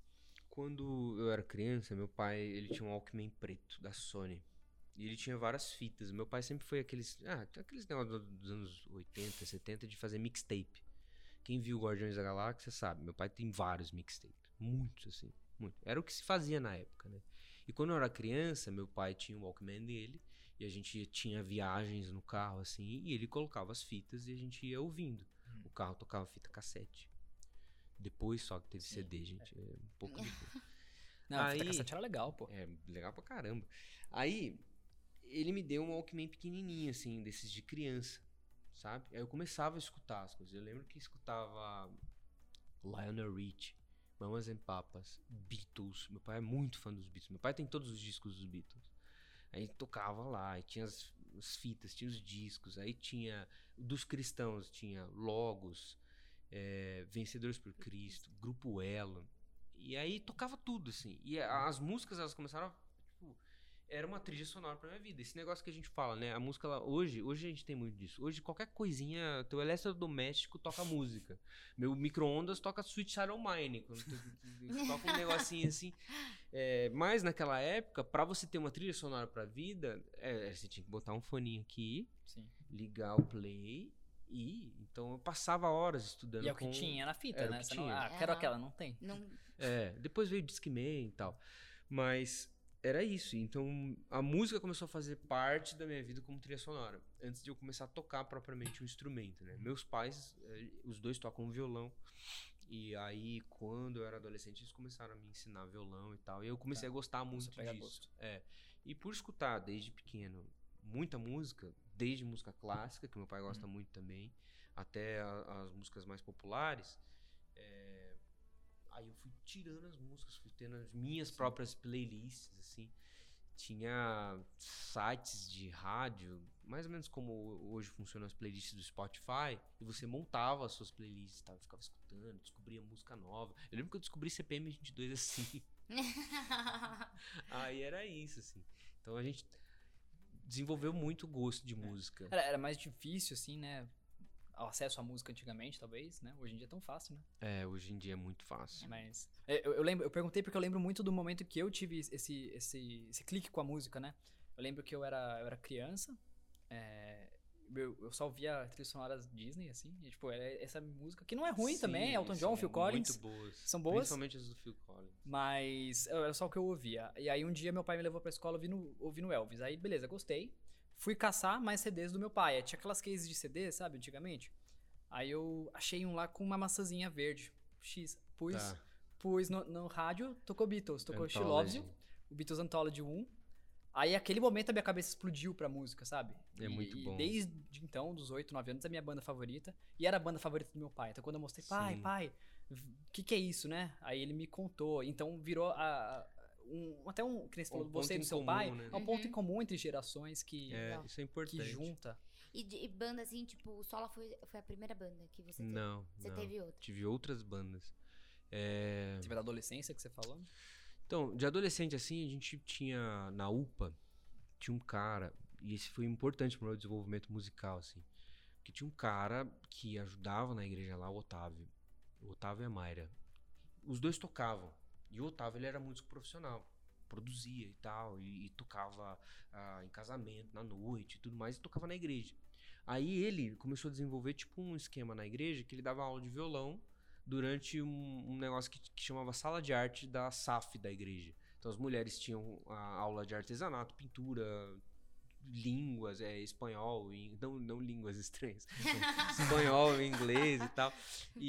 Quando eu era criança, meu pai, ele tinha um Walkman preto da Sony. E ele tinha várias fitas. Meu pai sempre foi aqueles negócios dos anos 80, 70 de fazer mixtape. Quem viu Guardiões da Galáxia sabe, meu pai tem vários mixtapes. Muitos, assim, muito. Era o que se fazia na época, né? E quando eu era criança, meu pai tinha o Walkman dele. E a gente tinha viagens no carro, assim, e ele colocava as fitas e a gente ia ouvindo. O carro tocava fita cassete. Depois só que teve CD, gente. Um pouco depois. Não, a fita Aí- cassete era legal, pô. É, legal pra caramba. Aí, ele me deu um Walkman pequenininho, assim, desses de criança, sabe? Aí eu começava a escutar as coisas. Eu lembro que escutava Lionel Richie, Mamas and Papas, Beatles. Meu pai é muito fã dos Beatles. Meu pai tem todos os discos dos Beatles. Aí tocava lá, aí tinha as fitas, tinha os discos. Aí tinha, dos cristãos, tinha Logos, Vencedores por Cristo, Grupo Elo. E aí tocava tudo, assim. E as músicas, elas começaram a, tipo, era uma trilha sonora pra minha vida. Esse negócio que a gente fala, né? A música, hoje a gente tem muito disso. Hoje, qualquer coisinha, teu eletrodoméstico toca música. Meu micro-ondas toca Sweet Child Mine. Quando tu toca um negocinho assim. Mas naquela época, pra você ter uma trilha sonora pra vida, você tinha que botar um foninho aqui, Sim. ligar o play e... Então eu passava horas estudando E é o que com... tinha na fita, Era o né? que Você não, tinha. quero Aham. aquela, não tem. Não, Depois veio o Discman e tal. Mas era isso. Então a música começou a fazer parte da minha vida como trilha sonora. Antes de eu começar a tocar propriamente um instrumento, né? Meus pais, os dois tocam violão. E aí, quando eu era adolescente, eles começaram a me ensinar violão e tal. E eu comecei a gostar muito pegar disso. gosto. E por escutar desde pequeno muita música, desde música clássica, que meu pai gosta muito também, até as músicas mais populares, aí eu fui tirando as músicas, fui tendo as minhas próprias playlists, assim. Tinha sites de rádio, mais ou menos como hoje funcionam as playlists do Spotify, e você montava as suas playlists, tá? Eu ficava escutando, descobria música nova. Eu lembro que eu descobri CPM 22 assim. Aí era isso, assim. Então a gente desenvolveu muito gosto de música. Era mais difícil, assim, né? O acesso à música antigamente, talvez, né? Hoje em dia é tão fácil, né? Hoje em dia é muito fácil. Mas eu lembro, eu perguntei porque eu lembro muito do momento que eu tive esse clique com a música, né? Eu lembro que eu era criança, eu só ouvia trilhas sonoras Disney, assim, e, tipo, era essa música que não é ruim também, Elton John, Phil Collins. Muito boas. São boas. Principalmente as do Phil Collins. Mas era só o que eu ouvia. E aí um dia meu pai me levou pra escola ouvindo Elvis. Aí beleza, gostei. Fui caçar mais CDs do meu pai. Aí tinha aquelas cases de CD, sabe, antigamente. Aí eu achei um lá com uma maçãzinha verde. X. Pus no rádio, tocou Beatles, tocou She Loves You, o Beatles Anthology 1. Aí aquele momento a minha cabeça explodiu pra música, sabe? Muito bom. E desde então, dos 8, 9 anos, é a minha banda favorita. E era a banda favorita do meu pai. Então quando eu mostrei, pai, o que é isso, né? Aí ele me contou. Então virou até um, que nem você falou, você e do seu pai, né? é um ponto em comum entre gerações que Isso é importante. junta. E banda assim, tipo, o Sola foi a primeira banda que você teve? Não, Você não. teve outra? Tive outras bandas. Teve da adolescência que você falou? Então, de adolescente assim, a gente tinha na UPA, tinha um cara, e esse foi importante pro meu desenvolvimento musical, assim, que tinha um cara que ajudava na igreja lá, o Otávio e a Mayra. Os dois tocavam, e o Otávio, ele era músico profissional, produzia e tal, e tocava em casamento, na noite e tudo mais, e tocava na igreja. Aí ele começou a desenvolver tipo um esquema na igreja, que ele dava aula de violão durante um negócio que chamava Sala de Arte da SAF da igreja. Então as mulheres tinham a aula de artesanato, pintura, línguas, espanhol, não línguas estranhas, espanhol, inglês e tal.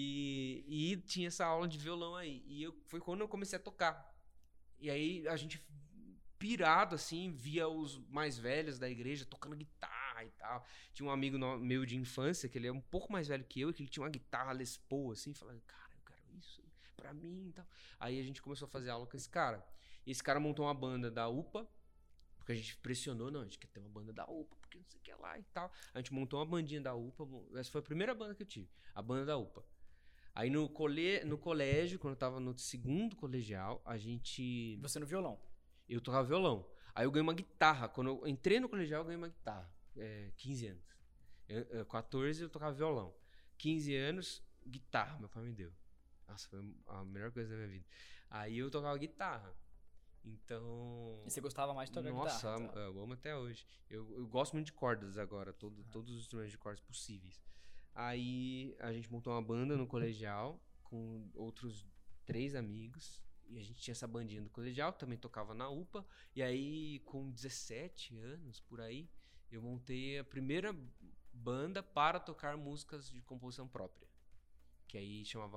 E tinha essa aula de violão aí. Foi quando eu comecei a tocar. E aí a gente, pirado assim, via os mais velhos da igreja tocando guitarra e tal. Tinha um amigo meu de infância, que ele é um pouco mais velho que eu, e que ele tinha uma guitarra Les Paul, assim, falando, cara, eu quero isso pra mim e tal. Aí a gente começou a fazer aula com esse cara. E esse cara montou uma banda da UPA, porque a gente pressionou, não, a gente quer ter uma banda da UPA, porque não sei o que lá e tal. A gente montou uma bandinha da UPA, essa foi a primeira banda que eu tive, a banda da UPA. Aí no colégio, quando eu tava no segundo colegial, a gente... Você no violão? Eu tocava violão. Aí eu ganhei uma guitarra. Quando eu entrei no colegial, eu ganhei uma guitarra. 15 anos. 14 eu tocava violão. 15 anos, guitarra, meu pai me deu. Nossa, foi a melhor coisa da minha vida. Aí eu tocava guitarra. Então... E você gostava mais de tocar guitarra? Nossa, eu amo até hoje. Eu gosto muito de cordas agora, todos os instrumentos de cordas possíveis. Aí a gente montou uma banda no colegial com outros 3 amigos. E a gente tinha essa bandinha do colegial, também tocava na UPA. E aí, com 17 anos, por aí, eu montei a primeira banda para tocar músicas de composição própria. Que aí chamava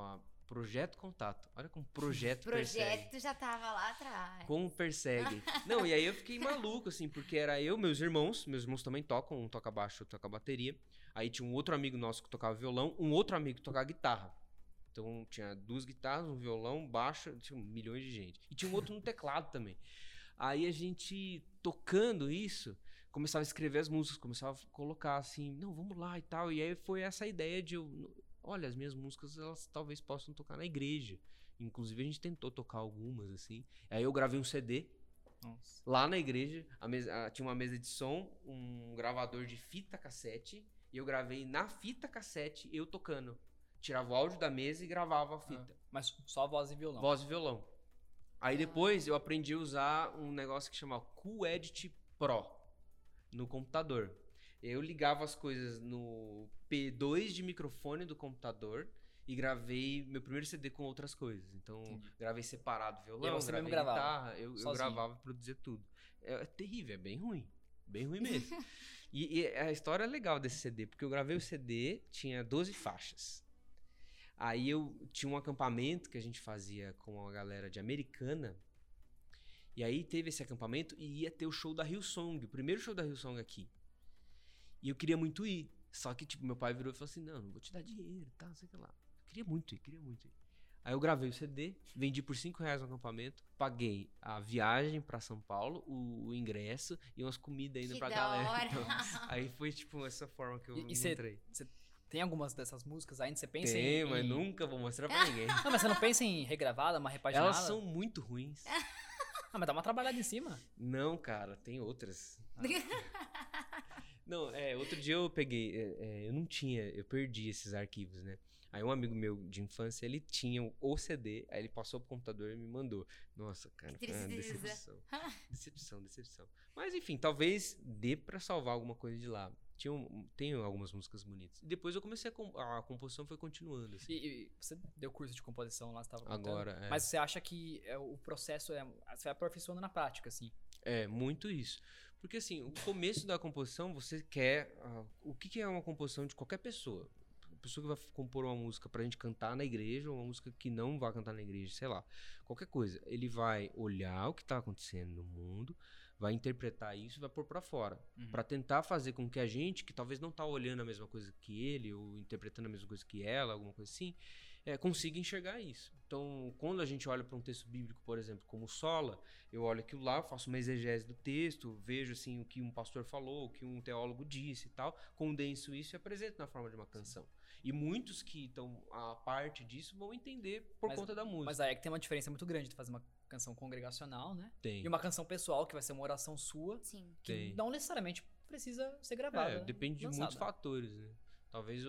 Projeto Contato. Olha como projeto persegue. Projeto já tava lá atrás. Como persegue. Não, e aí eu fiquei maluco, assim, porque era eu, meus irmãos também tocam, um toca baixo, outro toca bateria. Aí tinha um outro amigo nosso que tocava violão, um outro amigo que tocava guitarra. Então tinha 2 guitarras, um violão, baixo, tinha milhões de gente. E tinha um outro no teclado também. Aí a gente, tocando isso, começava a escrever as músicas, começava a colocar assim, não, vamos lá e tal. E aí foi essa ideia de olha, as minhas músicas, elas talvez possam tocar na igreja. Inclusive, a gente tentou tocar algumas, assim. Aí eu gravei um CD. Nossa. Lá na igreja. Tinha uma mesa de som, um gravador de fita cassete. E eu gravei na fita cassete, eu tocando. Tirava o áudio da mesa e gravava a fita. Mas só voz e violão. Voz e violão. Aí depois eu aprendi a usar um negócio que chama QEdit Pro no computador. Eu ligava as coisas no P2 de microfone do computador e gravei meu primeiro CD com outras coisas. Então, gravei separado violão, você gravei mesmo guitarra, eu sozinho. gravava e produzia tudo. É terrível, é bem ruim mesmo. e a história é legal desse CD, porque eu gravei o CD, tinha 12 faixas. Aí eu tinha um acampamento que a gente fazia com a galera de Americana. E aí teve esse acampamento e ia ter o show da Hillsong, o primeiro show da Hillsong aqui. E eu queria muito ir. Só que, tipo, meu pai virou e falou assim, não vou te dar dinheiro, tá, não sei o que lá. Eu queria muito ir. Aí eu gravei o CD, vendi por R$5 no acampamento, paguei a viagem pra São Paulo, o ingresso e umas comidas ainda Que pra da galera. hora. Então, aí foi, tipo, essa forma que eu encontrei. Você tem algumas dessas músicas ainda? Você pensa Tem, em... mas nunca vou mostrar pra ninguém. Não, mas você não pensa em regravada, uma repaginada? Elas são muito ruins. Ah, mas dá uma trabalhada em cima. Não, cara, tem outras. Não, outro dia eu peguei, eu perdi esses arquivos, né? Aí um amigo meu de infância, ele tinha o CD, aí ele passou pro computador e me mandou. Nossa, cara, Que foi uma tristeza. decepção. Mas enfim, talvez dê pra salvar alguma coisa de lá. Tem algumas músicas bonitas. E depois eu comecei a composição foi continuando, assim. E você deu curso de composição lá, você tava contando. Agora, Mas você acha que o processo você vai aperfeiçoando na prática, assim? É, muito isso. Porque assim, o começo da composição, você quer... o que é uma composição de qualquer pessoa? A pessoa que vai compor uma música pra gente cantar na igreja, ou uma música que não vai cantar na igreja, sei lá. Qualquer coisa. Ele vai olhar o que tá acontecendo no mundo, vai interpretar isso e vai pôr pra fora. Pra tentar fazer com que a gente, que talvez não tá olhando a mesma coisa que ele, ou interpretando a mesma coisa que ela, alguma coisa assim, consiga enxergar isso. Então, quando a gente olha para um texto bíblico, por exemplo, como Sola, eu olho aquilo lá, faço uma exegese do texto, vejo assim o que um pastor falou, o que um teólogo disse e tal, condenso isso e apresento na forma de uma canção. E muitos que estão a parte disso vão entender por conta da música. Mas aí é que tem uma diferença muito grande de fazer uma canção congregacional, né? Tem. E uma canção pessoal, que vai ser uma oração sua, Sim. que Tem. não necessariamente precisa ser gravada. Depende de lançada. muitos fatores, né? Talvez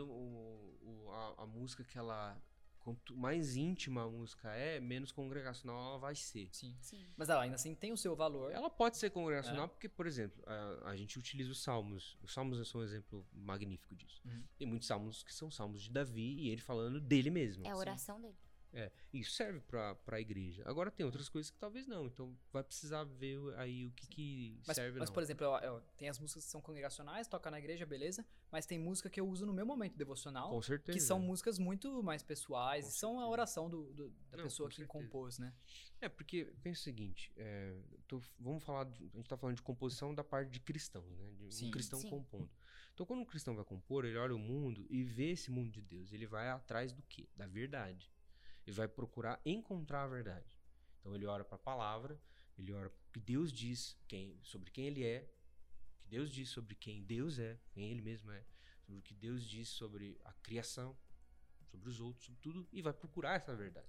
a música que ela... Quanto mais íntima a música menos congregacional ela vai ser. Sim. Sim. Mas ela ainda assim tem o seu valor. Ela pode ser congregacional porque, por exemplo, a gente utiliza os salmos. Os salmos são um exemplo magnífico disso. Tem muitos salmos que são salmos de Davi e ele falando dele mesmo. É a oração dele. Isso serve pra igreja. Agora tem outras coisas que talvez não. Então vai precisar ver aí o que serve Mas não. por exemplo, tem as músicas que são congregacionais, toca na igreja, beleza. Mas tem música que eu uso no meu momento devocional. Com certeza. Que são músicas muito mais pessoais. Com e são a certeza. oração da Não, pessoa com que certeza. compôs, né? Porque pensa o seguinte, vamos falar, a gente tá falando de composição da parte de cristãos, né? De Sim. um cristão Sim. compondo. Então quando um cristão vai compor, ele olha o mundo e vê esse mundo de Deus. Ele vai atrás do quê? Da verdade. Ele vai procurar encontrar a verdade. Então ele ora para a palavra, ele ora o que Deus diz sobre quem ele é, o que Deus diz sobre quem Deus é, quem ele mesmo é, sobre o que Deus diz sobre a criação, sobre os outros, sobre tudo, e vai procurar essa verdade.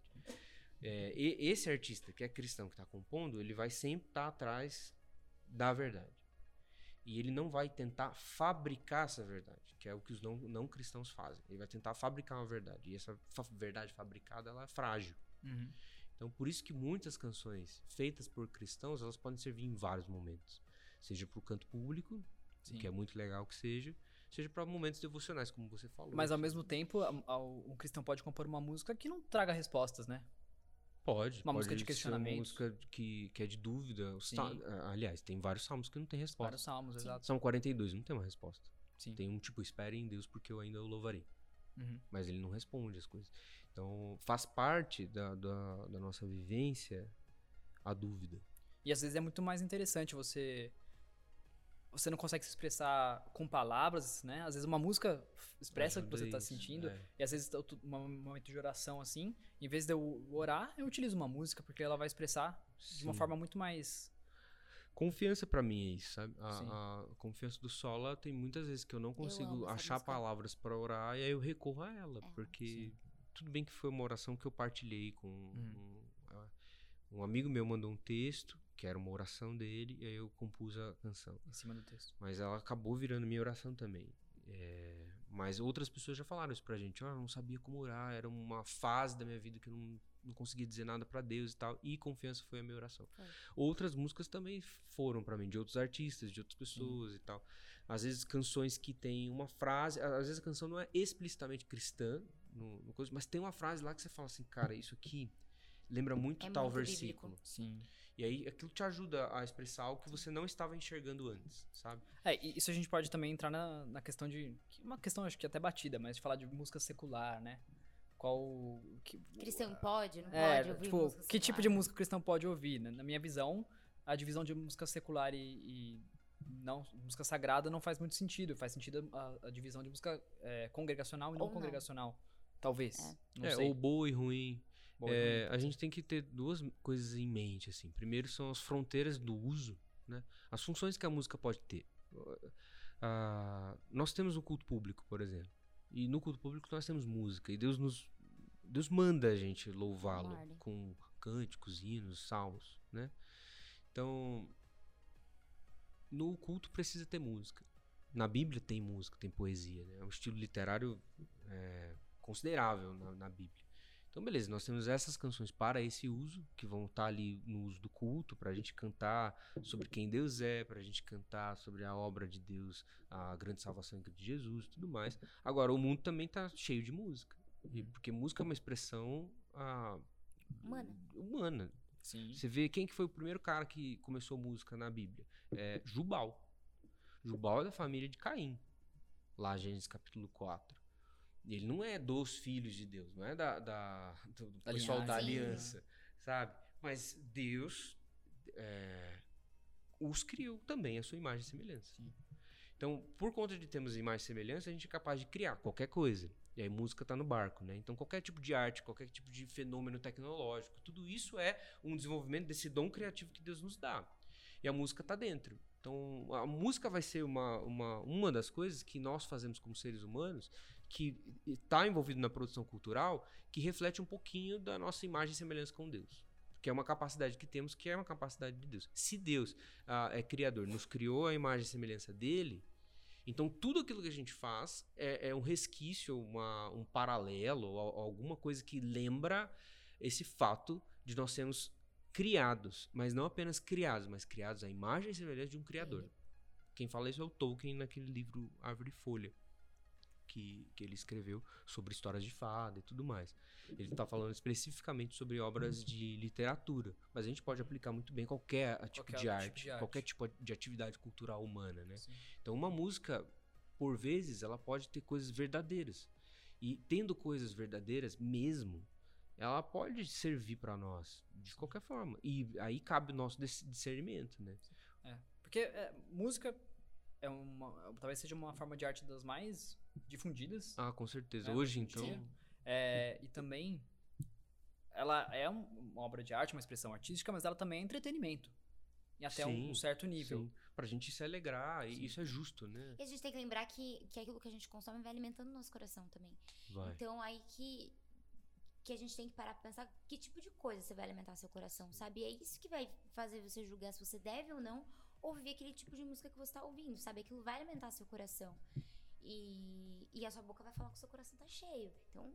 E esse artista que é cristão, que está compondo, ele vai sempre estar atrás da verdade. E ele não vai tentar fabricar essa verdade, que é o que os não cristãos fazem. Ele vai tentar fabricar uma verdade. E essa verdade fabricada, ela é frágil. Então, por isso que muitas canções feitas por cristãos, elas podem servir em vários momentos. Seja para o canto público, Sim. que é muito legal que seja para momentos devocionais, como você falou. Mas ao mesmo tempo, um cristão pode compor uma música que não traga respostas, né? Pode. Uma música de ser questionamento. Uma música que é de dúvida. Aliás, tem vários salmos que não tem resposta. Vários salmos, exato. Salmo 42 não tem uma resposta. Sim. Tem um tipo, espere em Deus porque eu ainda o louvarei. Mas ele não responde as coisas. Então, faz parte da nossa vivência a dúvida. E às vezes é muito mais interessante você não consegue se expressar com palavras, né? Às vezes uma música expressa o que você Ajuda tá isso, sentindo. é. E às vezes um momento de oração assim, em vez de eu orar, eu utilizo uma música, porque ela vai expressar de uma Sim. forma muito mais... Confiança pra mim é isso, sabe? Sim. A confiança do Sola tem muitas vezes que eu não amo consigo essa achar música. palavras pra orar e aí eu recorro a ela, porque Sim. tudo bem que foi uma oração que eu partilhei com um amigo meu mandou um texto, que era uma oração dele, e aí eu compus a canção. Em cima do texto. Mas ela acabou virando minha oração também. Mas outras pessoas já falaram isso pra gente. Eu não sabia como orar, era uma fase da minha vida que eu não conseguia dizer nada pra Deus e tal. E confiança foi a minha oração. Foi. Outras músicas também foram pra mim, de outros artistas, de outras pessoas e tal. Às vezes canções que tem uma frase, às vezes a canção não é explicitamente cristã, no coisa, mas tem uma frase lá que você fala assim, cara, isso aqui lembra muito É tal muito versículo. Sim. E aí aquilo te ajuda a expressar algo que você não estava enxergando antes, sabe? E isso a gente pode também entrar na questão de... Uma questão acho que até batida, mas de falar de música secular, né? Cristão pode, não pode ouvir tipo, música que tipo secular? de música cristão pode ouvir, né? Na minha visão, a divisão de música secular e não, música sagrada não faz muito sentido. Faz sentido a divisão de música congregacional e não Ou não. congregacional. Talvez. Não sei. Ou boa e ruim. Boa e ruim, A gente tem que ter duas coisas em mente, assim. Primeiro são as fronteiras do uso, né? As funções que a música pode ter. Nós temos o culto público, por exemplo. E no culto público nós temos música. E Deus manda a gente louvá-lo Louvar-lhe. com cânticos, hinos, salmos, né? Então, no culto precisa ter música. Na Bíblia tem música, tem poesia, né? É um estilo literário considerável na Bíblia. Então, beleza, nós temos essas canções para esse uso, que vão estar ali no uso do culto, para a gente cantar sobre quem Deus é, para a gente cantar sobre a obra de Deus, a grande salvação em Cristo de Jesus e tudo mais. Agora, o mundo também está cheio de música, porque música é uma expressão humana. Sim. Você vê quem que foi o primeiro cara que começou música na Bíblia? Jubal. Jubal é da família de Caim, lá Gênesis capítulo 4. Ele não é dos filhos de Deus, não é do pessoal da linhagem. aliança, sabe? Mas Deus os criou também, a sua imagem e semelhança. Sim. Então, por conta de termos imagem e semelhança, a gente é capaz de criar qualquer coisa. E aí música tá no barco, né? Então, qualquer tipo de arte, qualquer tipo de fenômeno tecnológico, tudo isso é um desenvolvimento desse dom criativo que Deus nos dá. E a música tá dentro. Então, a música vai ser uma das coisas que nós fazemos como seres humanos, que está envolvido na produção cultural, que reflete um pouquinho da nossa imagem e semelhança com Deus. Que é uma capacidade que temos, que é uma capacidade de Deus. Se Deus é criador, nos criou a imagem e semelhança dele, então tudo aquilo que a gente faz é um resquício, um paralelo, ou alguma coisa que lembra esse fato de nós sermos criados, mas não apenas criados, mas criados à imagem e semelhança de um criador. Quem fala isso é o Tolkien naquele livro Árvore e Folha, que ele escreveu sobre histórias de fada e tudo mais. Ele está falando especificamente sobre obras de literatura, mas a gente pode aplicar muito bem qualquer tipo de arte, qualquer tipo de atividade cultural humana, né? Sim. Então, uma música, por vezes, ela pode ter coisas verdadeiras. E tendo coisas verdadeiras mesmo, ela pode servir para nós de qualquer forma. E aí cabe o nosso discernimento, né? Porque música talvez seja uma forma de arte das mais difundidas. Com certeza. Né, Hoje, em então... dia. E também, ela é uma obra de arte, uma expressão artística, mas ela também é entretenimento. E até um certo nível. Sim. Pra gente se alegrar, e isso é justo, né? E a gente tem que lembrar que aquilo que a gente consome vai alimentando o nosso coração também. Vai. Então, aí que a gente tem que parar pra pensar que tipo de coisa você vai alimentar seu coração, sabe? E é isso que vai fazer você julgar se você deve ou não ouvir aquele tipo de música que você tá ouvindo, sabe? Aquilo vai alimentar seu coração. E a sua boca vai falar que o seu coração tá cheio. Então,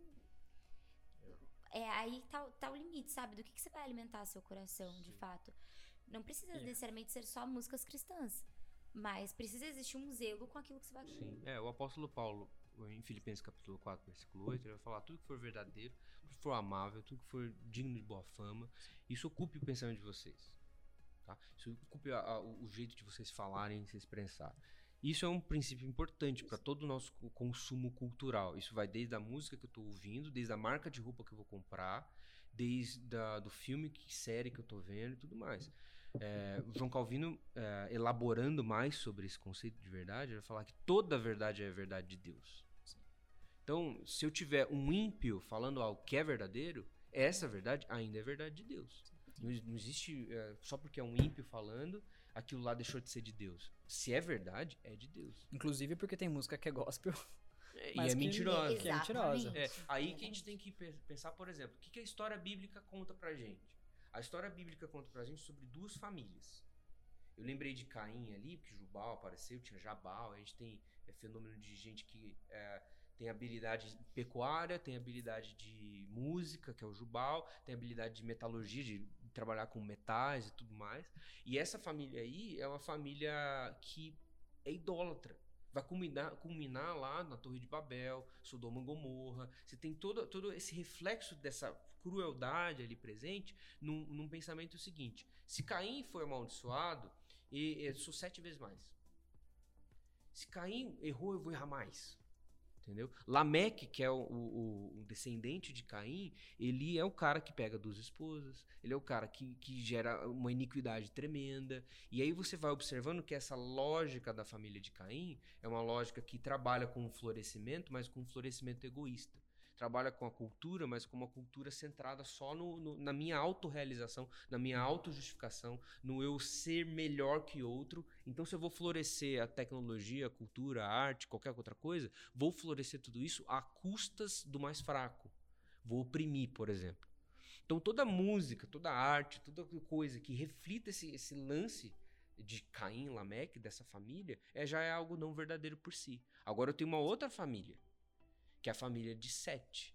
aí tá o limite, sabe? Do que você vai alimentar seu coração, de fato. Não precisa necessariamente ser só músicas cristãs, mas precisa existir um zelo com aquilo que você vai... Sim, o apóstolo Paulo, em Filipenses capítulo 4, versículo 8, ele vai falar: tudo que for verdadeiro, tudo que for amável, tudo que for digno de boa fama, isso ocupe o pensamento de vocês, tá? Isso ocupe o jeito de vocês falarem, se expressar. Isso é um princípio importante para todo o nosso consumo cultural. Isso vai desde a música que eu estou ouvindo, desde a marca de roupa que eu vou comprar, do filme, série que eu estou vendo e tudo mais. O João Calvino, elaborando mais sobre esse conceito de verdade, vai falar que toda a verdade é a verdade de Deus. Então, se eu tiver um ímpio falando algo que é verdadeiro, essa verdade ainda é verdade de Deus. Não existe, só porque é um ímpio falando, aquilo lá deixou de ser de Deus. Se é verdade, é de Deus. Inclusive porque tem música que é gospel. E é mentirosa. Que é mentirosa. Aí que a gente tem que pensar, por exemplo, o que a história bíblica conta pra gente? A história bíblica conta pra gente sobre duas famílias. Eu lembrei de Caim ali, porque Jubal apareceu, tinha Jabal, a gente tem fenômeno de gente que tem habilidade pecuária, tem habilidade de música, que é o Jubal, tem habilidade de metalurgia, de trabalhar com metais e tudo mais. E essa família aí é uma família que é idólatra. Vai culminar lá na Torre de Babel, Sodoma e Gomorra. Você tem todo esse reflexo dessa crueldade ali presente num pensamento seguinte. Se Caim foi amaldiçoado, eu sou 7 vezes mais. Se Caim errou, eu vou errar mais. Entendeu? Lameque, que é o descendente de Caim, ele é o cara que pega 2 esposas, ele é o cara que gera uma iniquidade tremenda. E aí você vai observando que essa lógica da família de Caim é uma lógica que trabalha com o florescimento, mas com um florescimento egoísta. Trabalha com a cultura, mas com uma cultura centrada só na minha autorrealização, na minha autojustificação, no eu ser melhor que outro. Então, se eu vou florescer a tecnologia, a cultura, a arte, qualquer outra coisa, vou florescer tudo isso a custas do mais fraco. Vou oprimir, por exemplo. Então, toda música, toda arte, toda coisa que reflita esse lance de Caim, Lameque, dessa família, já é algo não verdadeiro por si. Agora, eu tenho uma outra família, que é a família de Sete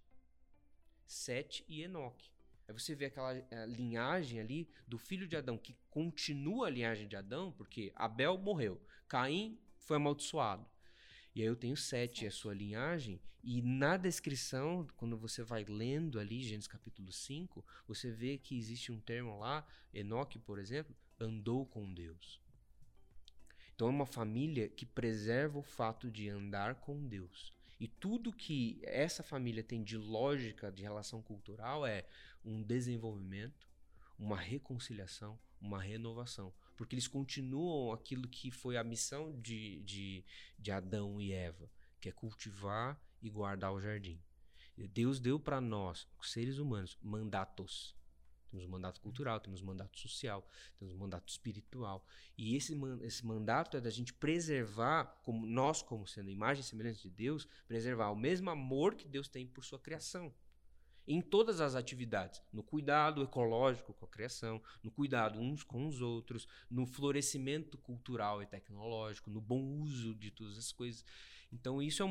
e Enoque. Aí você vê aquela linhagem ali do filho de Adão, que continua a linhagem de Adão, porque Abel morreu, Caim foi amaldiçoado. E aí eu tenho Sete, a sua linhagem, e na descrição, quando você vai lendo ali, Gênesis capítulo 5, você vê que existe um termo lá, Enoque, por exemplo, andou com Deus. Então é uma família que preserva o fato de andar com Deus. E tudo que essa família tem de lógica de relação cultural é um desenvolvimento, uma reconciliação, uma renovação. Porque eles continuam aquilo que foi a missão de Adão e Eva, que é cultivar e guardar o jardim. Deus deu para nós, seres humanos, mandatos. Temos um mandato cultural, temos um mandato social, temos um mandato espiritual. E esse mandato é da gente preservar, como sendo imagem e semelhança de Deus, preservar o mesmo amor que Deus tem por sua criação. Em todas as atividades, no cuidado ecológico com a criação, no cuidado uns com os outros, no florescimento cultural e tecnológico, no bom uso de todas as coisas. Então isso é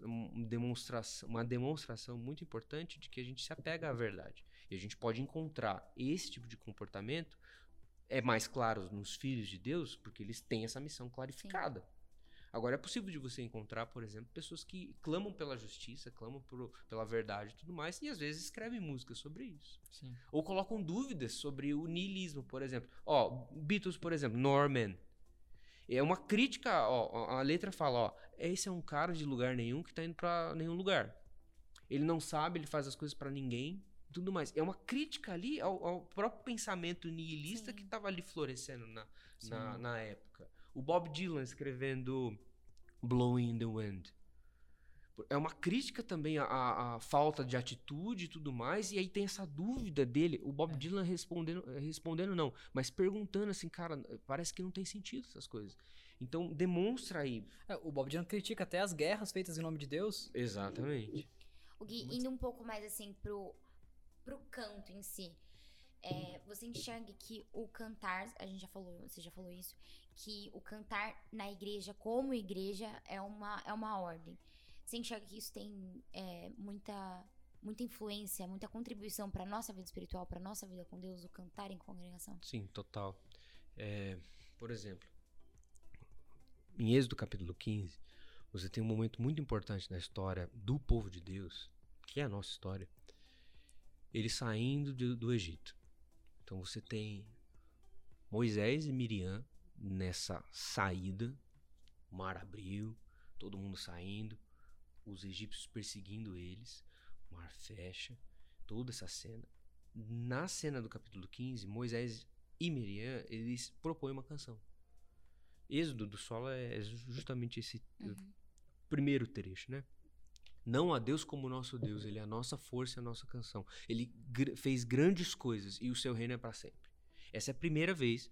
uma demonstração muito importante de que a gente se apega à verdade. E a gente pode encontrar esse tipo de comportamento, é mais claro nos filhos de Deus, porque eles têm essa missão clarificada. Sim. Agora, é possível de você encontrar, por exemplo, pessoas que clamam pela justiça, clamam pela verdade e tudo mais, e às vezes escrevem músicas sobre isso. Sim. Ou colocam dúvidas sobre o niilismo, por exemplo. Beatles, por exemplo, Norman. É uma crítica, a letra fala, esse é um cara de lugar nenhum que tá indo pra nenhum lugar. Ele não sabe, ele faz as coisas pra ninguém, tudo mais. É uma crítica ali ao próprio pensamento nihilista. Sim. Que estava ali florescendo na época. O Bob Dylan escrevendo Blowing in the Wind. É uma crítica também à falta de atitude e tudo mais. E aí tem essa dúvida dele. O Bob Dylan respondendo não, mas perguntando assim, cara, parece que não tem sentido essas coisas. Então demonstra aí. O Bob Dylan critica até as guerras feitas em nome de Deus. Exatamente. O Gui, indo um pouco mais assim pro canto em si, você enxerga que o cantar, você já falou isso, que o cantar na igreja como igreja é uma ordem. Você enxerga que isso tem muita influência, muita contribuição para nossa vida espiritual, para nossa vida com Deus, o cantar em congregação? Sim, total. Por exemplo, em Êxodo capítulo 15, você tem um momento muito importante na história do povo de Deus, que é a nossa história, eles saindo do Egito. Então você tem Moisés e Miriam nessa saída O mar abriu, todo mundo saindo, os egípcios perseguindo eles, o mar fecha, toda essa cena. Na cena do capítulo 15, Moisés e Miriam, eles propõem uma canção. Êxodo do Solo é justamente esse primeiro trecho, né? Não há Deus como o nosso Deus, ele é a nossa força e a nossa canção. Ele fez grandes coisas e o seu reino é para sempre. Essa é a primeira vez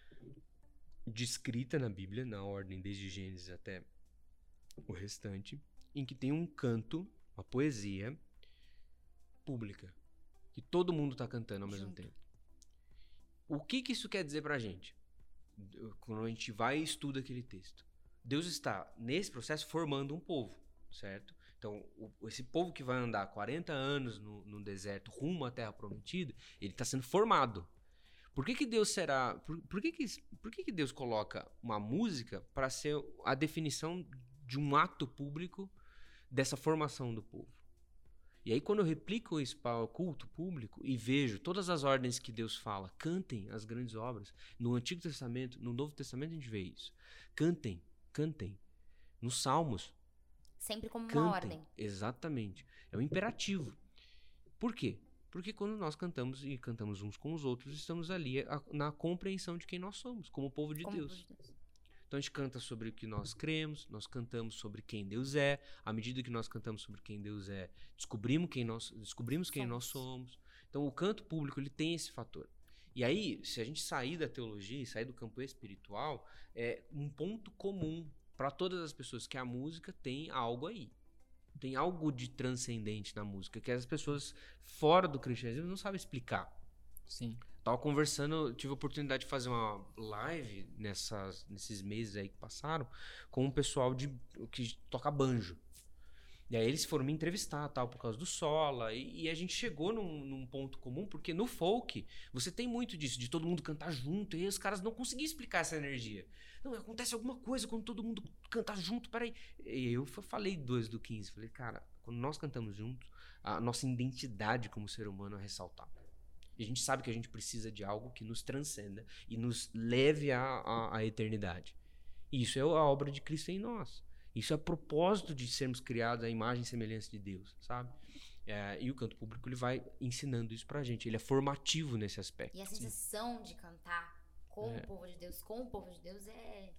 descrita na Bíblia, na ordem desde Gênesis até o restante, em que tem um canto, uma poesia pública, que todo mundo está cantando ao mesmo tempo. O que isso quer dizer pra gente? Quando a gente vai e estuda aquele texto. Deus está, nesse processo, formando um povo, certo? Então, esse povo que vai andar 40 anos no deserto rumo à Terra Prometida, ele está sendo formado. Por que Deus será... Por que Deus coloca uma música para ser a definição de um ato público dessa formação do povo? E aí, quando eu replico isso para o culto público e vejo todas as ordens que Deus fala, cantem as grandes obras. No Antigo Testamento, no Novo Testamento a gente vê isso. Cantem, cantem. Nos Salmos. Sempre como cantem. Uma ordem. Exatamente. É um imperativo. Por quê? Porque quando nós cantamos e cantamos uns com os outros, estamos ali na compreensão de quem nós somos, como povo de Deus. Então a gente canta sobre o que nós cremos, nós cantamos sobre quem Deus é. À medida que nós cantamos sobre quem Deus é, descobrimos quem nós somos. Então o canto público ele tem esse fator. E aí, se a gente sair da teologia e sair do campo espiritual, é um ponto comum para todas as pessoas que a música tem algo aí. Tem algo de transcendente na música, que as pessoas fora do cristianismo não sabem explicar. Sim. Tava conversando, tive a oportunidade de fazer uma live nesses meses aí que passaram com um pessoal que toca banjo. E aí eles foram me entrevistar, tal, por causa do Sola, e a gente chegou num ponto comum, porque no folk você tem muito disso, de todo mundo cantar junto, e aí os caras não conseguiam explicar essa energia. Não, acontece alguma coisa quando todo mundo canta junto, peraí. E eu falei do 15, falei, cara, quando nós cantamos juntos, a nossa identidade como ser humano é ressaltada. E a gente sabe que a gente precisa de algo que nos transcenda e nos leve à eternidade. E isso é a obra de Cristo em nós. Isso é o propósito de sermos criados à imagem e semelhança de Deus, sabe? E o canto público ele vai ensinando isso pra gente. Ele é formativo nesse aspecto. E a sensação de cantar com o povo de Deus, é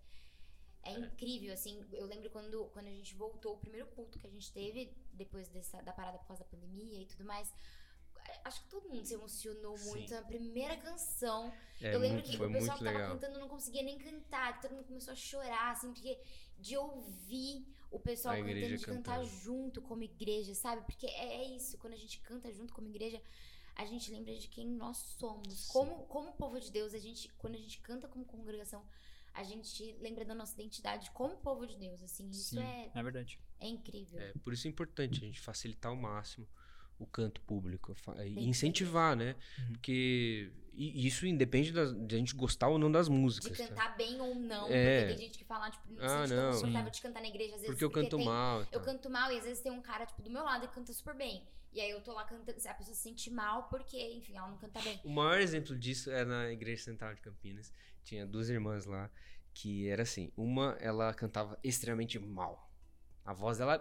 incrível, assim. Eu lembro quando a gente voltou, o primeiro culto que a gente teve, depois da parada por causa da pandemia e tudo mais... Acho que todo mundo se emocionou muito na primeira canção. Eu lembro que o pessoal que tava cantando não conseguia nem cantar, que todo mundo começou a chorar, assim, porque de ouvir o pessoal cantando, de cantar junto como igreja, sabe? Porque é isso, quando a gente canta junto como igreja, a gente lembra de quem nós somos. Como povo de Deus, quando a gente canta como congregação, a gente lembra da nossa identidade como povo de Deus, assim. Isso é verdade. É incrível. Por isso é importante a gente facilitar ao máximo o canto público e incentivar, né? Porque isso independe de a gente gostar ou não das músicas. De cantar bem ou não, porque tem gente que fala, tipo, não se sente tão confortável de cantar na igreja, às vezes. Porque eu canto mal. Eu canto mal e às vezes tem um cara, tipo, do meu lado que canta super bem. E aí eu tô lá cantando, a pessoa se sente mal porque, enfim, ela não canta bem. O maior exemplo disso é na Igreja Central de Campinas. Tinha 2 irmãs lá que era assim, uma ela cantava extremamente mal. A voz dela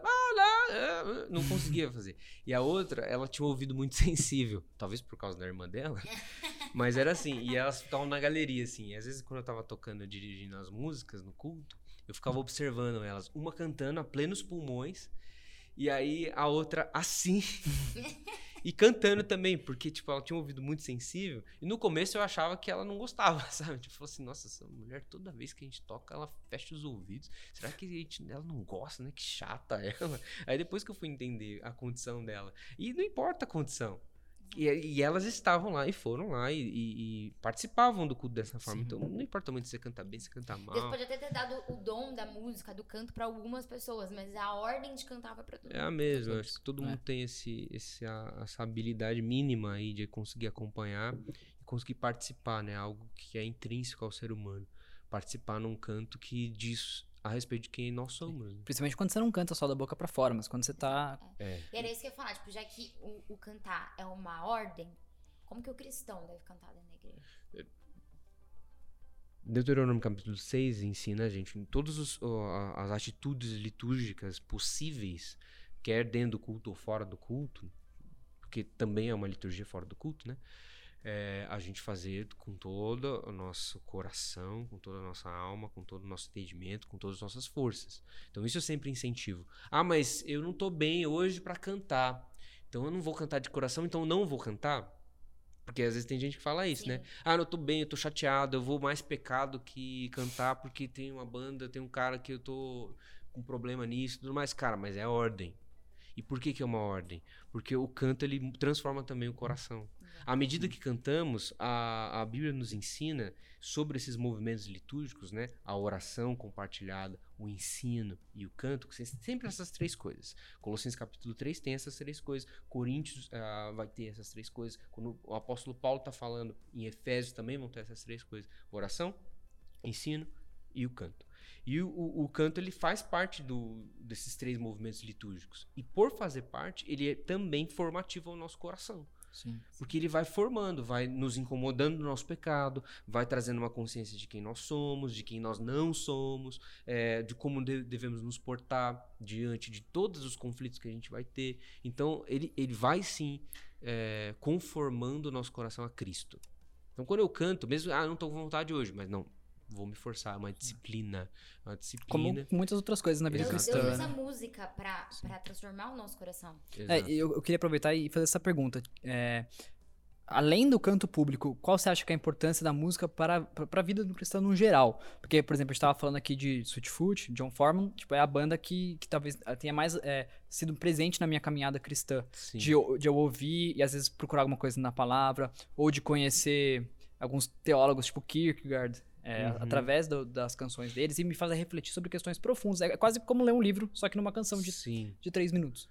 não conseguia fazer. E a outra, ela tinha um ouvido muito sensível. Talvez por causa da irmã dela. Mas era assim. E elas ficavam na galeria, assim. E às vezes, quando eu tava tocando, dirigindo as músicas no culto, eu ficava observando elas. Uma cantando a plenos pulmões. E aí, a outra assim. E cantando também, porque, tipo, ela tinha um ouvido muito sensível. E no começo eu achava que ela não gostava, sabe? Tipo, falou assim, nossa, essa mulher, toda vez que a gente toca, ela fecha os ouvidos. Será que ela não gosta, né? Que chata ela. Aí depois que eu fui entender a condição dela. E não importa a condição. E elas estavam lá e foram lá e participavam do culto dessa forma. Sim. Então não importa muito se você canta bem, se você canta mal. Deus pode até ter dado o dom da música, do canto pra algumas pessoas, mas a ordem de cantar vai pra todo mundo. É a mesma, acho que todo mundo tem essa habilidade mínima aí de conseguir acompanhar e conseguir participar, né? Algo que é intrínseco ao ser humano. Participar num canto que diz a respeito de quem nós somos. Né? Principalmente quando você não canta só da boca pra fora, mas quando você tá... E era isso que eu ia falar, tipo, já que o cantar é uma ordem, como que o cristão deve cantar dentro da igreja? Deuteronômio capítulo 6 ensina a gente em todas as atitudes litúrgicas possíveis, quer dentro do culto ou fora do culto, porque também é uma liturgia fora do culto, né? A gente fazer com todo o nosso coração, com toda a nossa alma, com todo o nosso entendimento, com todas as nossas forças. Então isso eu sempre incentivo. Mas eu não tô bem hoje para cantar, então eu não vou cantar de coração, então eu não vou cantar. Porque às vezes tem gente que fala isso, né? Não tô bem, eu tô chateado, eu vou mais pecar do que cantar porque tem uma banda, tem um cara que eu tô com problema nisso, tudo mais. Cara, mas é ordem. E por que é uma ordem? Porque o canto, ele transforma também o coração. À medida que cantamos, a Bíblia nos ensina sobre esses movimentos litúrgicos, né? A oração compartilhada, o ensino e o canto, que sempre essas três coisas. Colossenses capítulo 3 tem essas três coisas. Coríntios vai ter essas três coisas. Quando o apóstolo Paulo está falando em Efésios, também vão ter essas três coisas. Oração, ensino e o canto. E o canto, ele faz parte desses três movimentos litúrgicos. E por fazer parte, ele é também formativo ao nosso coração. Sim. Porque ele vai formando, vai nos incomodando do nosso pecado, vai trazendo uma consciência de quem nós somos, de quem nós não somos, de como devemos nos portar diante de todos os conflitos que a gente vai ter. Então, ele vai sim conformando o nosso coração a Cristo. Então, quando eu canto, mesmo, não estou com vontade hoje, mas não, vou me forçar, é uma disciplina. Como muitas outras coisas na vida cristã. Deus usa a música pra transformar o nosso coração. Eu queria aproveitar e fazer essa pergunta. Além do canto público, qual você acha que é a importância da música para a vida do cristão no geral? Porque, por exemplo, a gente estava falando aqui de Sweetfoot, John Foreman, tipo, é a banda que talvez tenha mais sido presente na minha caminhada cristã. De eu ouvir e às vezes procurar alguma coisa na palavra, ou de conhecer alguns teólogos, tipo Kierkegaard, através das canções deles, e me fazer refletir sobre questões profundas. É quase como ler um livro, só que numa canção de 3 minutos.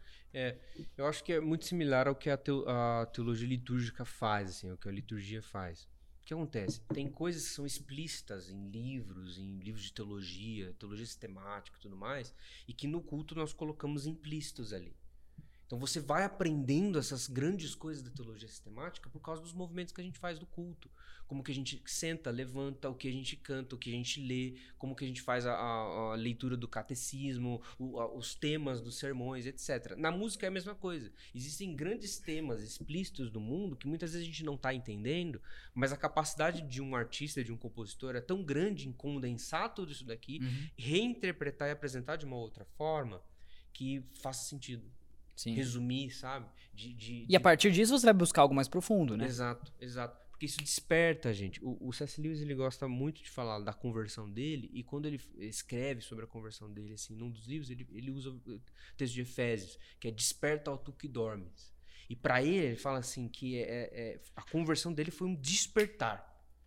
Eu acho que é muito similar ao que a teologia litúrgica faz, assim, o que a liturgia faz. O que acontece? Tem coisas que são explícitas em livros de teologia sistemática e tudo mais, e que no culto nós colocamos implícitos ali. Então você vai aprendendo essas grandes coisas da teologia sistemática por causa dos movimentos que a gente faz do culto. Como que a gente senta, levanta, o que a gente canta, o que a gente lê, como que a gente faz a leitura do catecismo, os temas dos sermões, etc. Na música é a mesma coisa. Existem grandes temas explícitos do mundo que muitas vezes a gente não está entendendo, mas a capacidade de um artista, de um compositor é tão grande em condensar tudo isso daqui, reinterpretar e apresentar de uma outra forma que faça sentido. Sim. Resumir, sabe? E a partir disso você vai buscar algo mais profundo, né? Exato. Porque isso desperta, gente. O C.S. Lewis, ele gosta muito de falar da conversão dele, e quando ele escreve sobre a conversão dele, assim, num dos livros, ele usa o texto de Efésios, que é desperta ao tu que dormes. E para ele fala assim, que a conversão dele foi um despertar.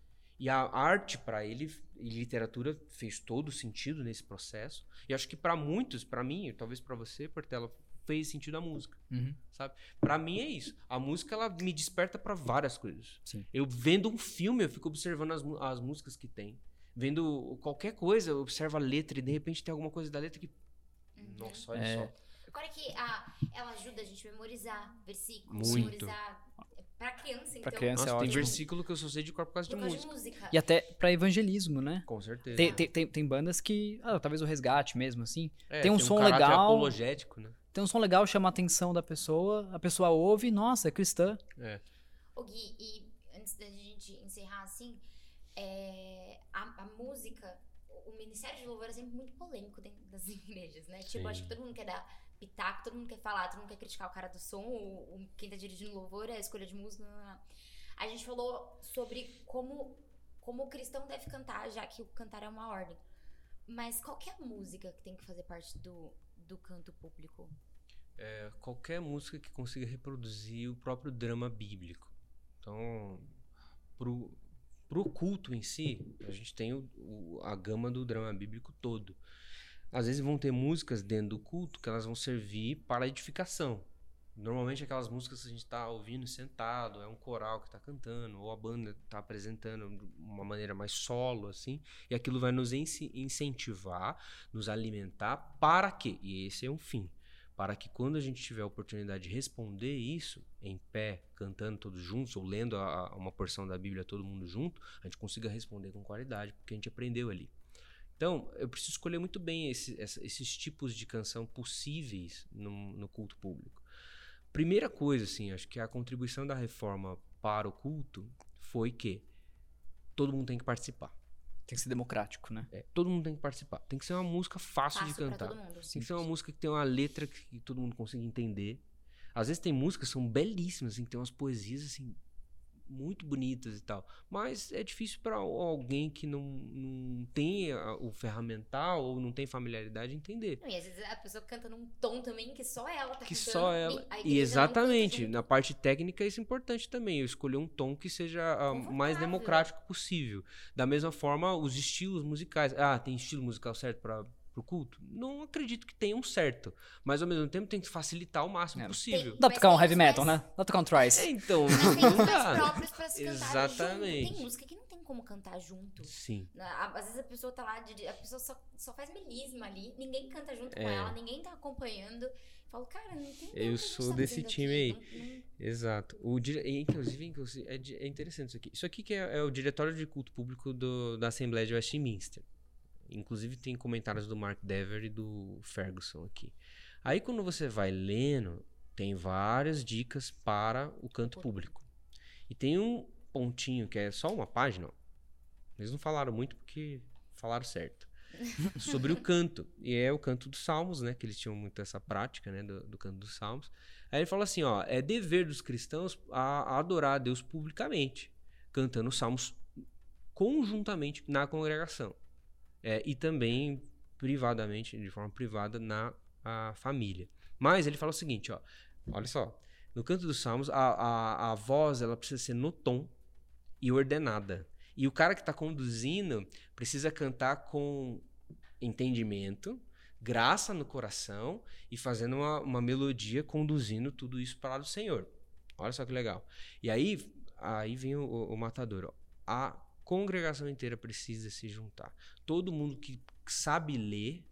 E a arte para ele, e literatura, fez todo sentido nesse processo. E acho que para muitos, para mim, talvez para você, Portela, fez sentido a música, sabe? Pra mim é isso. A música, ela me desperta pra várias coisas. Sim. Eu vendo um filme, eu fico observando as músicas que tem. Vendo qualquer coisa, eu observo a letra e de repente tem alguma coisa da letra que... Nossa, olha só. Agora que ela ajuda a gente a memorizar versículos, Muito. Memorizar pra criança, então. Pra criança Nossa, é tem ótimo. versículo que eu só sei de cor por causa de música. E até pra evangelismo, né? Com certeza. Tem bandas que... talvez o Resgate mesmo, assim. Tem um som caráter legal... apologético, né? Tem um som legal, chama a atenção da pessoa, a pessoa ouve, nossa, é cristã. Ô Gui, e antes da gente encerrar assim, a música, o ministério de louvor é sempre muito polêmico dentro das igrejas, né? Tipo, acho que todo mundo quer dar pitaco, todo mundo quer falar, todo mundo quer criticar o cara do som, quem tá dirigindo louvor, a escolha de música. A gente falou sobre como o cristão deve cantar, já que o cantar é uma ordem. Mas qual que é a música que tem que fazer parte do canto público? Qualquer música que consiga reproduzir o próprio drama bíblico. Então, pro culto em si, a gente tem a gama do drama bíblico todo. Às vezes vão ter músicas dentro do culto que elas vão servir para a edificação. Normalmente aquelas músicas que a gente está ouvindo sentado, é um coral que está cantando, ou a banda está apresentando de uma maneira mais solo, assim, e aquilo vai nos incentivar, nos alimentar, para quê? E esse é um fim. para que quando a gente tiver a oportunidade de responder isso em pé, cantando todos juntos, ou lendo uma porção da Bíblia todo mundo junto, a gente consiga responder com qualidade, porque a gente aprendeu ali. Então, eu preciso escolher muito bem esses tipos de canção possíveis no culto público. Primeira coisa, assim, acho que a contribuição da reforma para o culto foi que todo mundo tem que participar. Tem que ser democrático, né? Todo mundo tem que participar. Tem que ser uma música fácil de Pra cantar. todo mundo. Tem que ser uma música que tem uma letra que todo mundo consiga entender. Às vezes tem músicas que são belíssimas, assim, que tem umas poesias assim muito bonitas e tal. Mas é difícil para alguém que não tem o ferramental ou não tem familiaridade entender. E às vezes a pessoa canta num tom também que só ela tá Que cantando. só ela. A igreja E não exatamente, canta na parte técnica isso é importante também. Eu escolher um tom que seja o mais democrático possível. Da mesma forma, os estilos musicais. Tem estilo musical certo para pro culto? Não acredito que tenha um certo. Mas ao mesmo tempo tem que facilitar o máximo possível. Dá pra Mas tocar um tem heavy os metal, mais- né? Dá pra tocar um Thrice. Então, Mas tem não os mais dá. próprios pra se cantar Exatamente. junto. Tem música que não tem como cantar junto. Sim. Às vezes a pessoa tá lá, a pessoa só faz melisma ali, ninguém canta junto com ela, ninguém tá acompanhando. Eu falo, cara, não tem Eu sou desse time aí. Exato. Inclusive, é interessante isso aqui. Isso aqui que é o Diretório de Culto Público da Assembleia de Westminster. Inclusive tem comentários do Mark Dever e do Ferguson aqui. Aí quando você vai lendo, tem várias dicas para o canto público. E tem um pontinho que é só uma página. Eles não falaram muito porque falaram certo. Sobre o canto. E é o canto dos salmos, né? Que eles tinham muito essa prática, né? Do canto dos salmos. Aí ele fala assim, é dever dos cristãos a adorar a Deus publicamente, cantando os salmos conjuntamente na congregação. E também privadamente, de forma privada, na família. Mas ele fala o seguinte, olha só. No canto dos salmos, a voz ela precisa ser no tom e ordenada. E o cara que está conduzindo precisa cantar com entendimento, graça no coração e fazendo uma melodia conduzindo tudo isso para lá do Senhor. Olha só que legal. E aí vem o matador. A congregação inteira precisa se juntar. Todo mundo que sabe ler,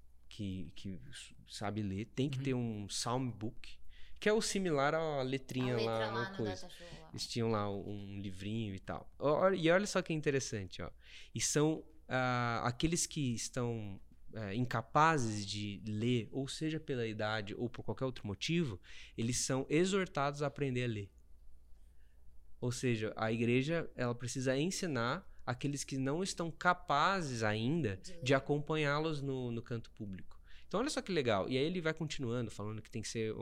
que sabe ler, tem que ter um psalm book, que é o similar à letrinha lá na coisa. Eles tinham lá um livrinho e tal. E olha só que interessante, E são aqueles que estão incapazes de ler, ou seja pela idade ou por qualquer outro motivo, eles são exortados a aprender a ler. Ou seja, a igreja ela precisa ensinar aqueles que não estão capazes ainda de acompanhá-los no canto público. Então, olha só que legal. E aí ele vai continuando, falando que tem que ser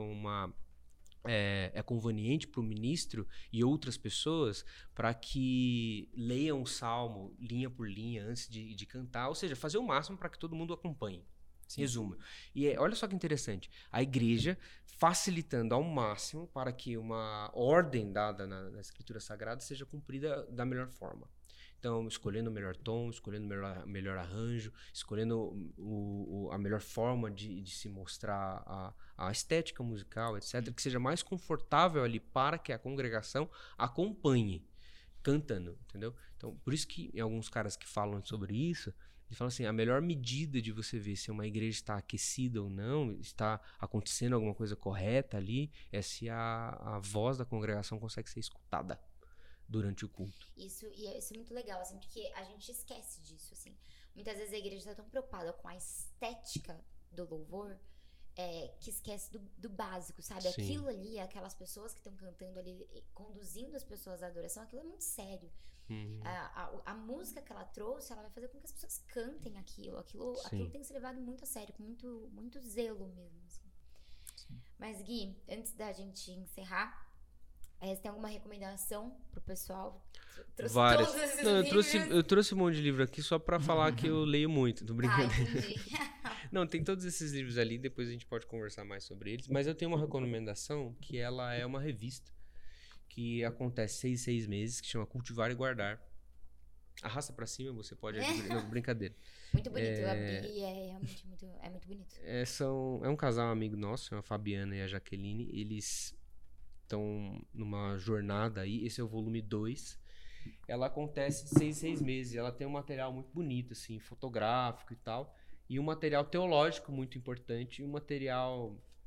é conveniente para o ministro e outras pessoas para que leiam o salmo linha por linha antes de cantar, ou seja, fazer o máximo para que todo mundo acompanhe. Resumo. E olha só que interessante, a igreja facilitando ao máximo para que uma ordem dada na Escritura Sagrada seja cumprida da melhor forma. Então, escolhendo o melhor tom, escolhendo o melhor arranjo, escolhendo a melhor forma de se mostrar a estética musical, etc., que seja mais confortável ali para que a congregação acompanhe, cantando, entendeu? Então, por isso que em alguns caras que falam sobre isso, eles falam assim, a melhor medida de você ver se uma igreja está aquecida ou não, está acontecendo alguma coisa correta ali, é se a voz da congregação consegue ser escutada durante o culto. Isso é muito legal, assim, porque a gente esquece disso, assim. Muitas vezes a igreja está tão preocupada com a estética do louvor, que esquece do básico, sabe? Sim. Aquilo ali, aquelas pessoas que estão cantando ali, conduzindo as pessoas à adoração, aquilo é muito sério. A música que ela trouxe, ela vai fazer com que as pessoas cantem aquilo tem que ser levado muito a sério, com muito, muito zelo mesmo, assim. Mas Gui, antes da gente encerrar, você tem alguma recomendação pro pessoal? Várias. Todos esses Não, livros? eu trouxe um monte de livro aqui só pra falar que eu leio muito, tô brincando. Entendi. Não, tem todos esses livros ali, depois a gente pode conversar mais sobre eles, mas eu tenho uma recomendação que ela é uma revista que acontece 6 meses, que chama Cultivar e Guardar. Arrasta pra cima, você pode adquirir. Não, brincadeira. Muito bonito, eu abri e é realmente muito bonito. É um casal amigo nosso, a Fabiana e a Jaqueline, eles estão numa jornada aí, esse é o volume 2. Ela acontece 6 meses, ela tem um material muito bonito, assim, fotográfico e tal, e um material teológico muito importante, e um material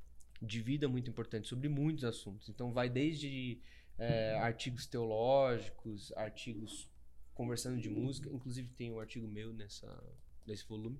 de vida muito importante sobre muitos assuntos. Então vai desde artigos teológicos, artigos conversando de música, inclusive tem um artigo meu nesse volume,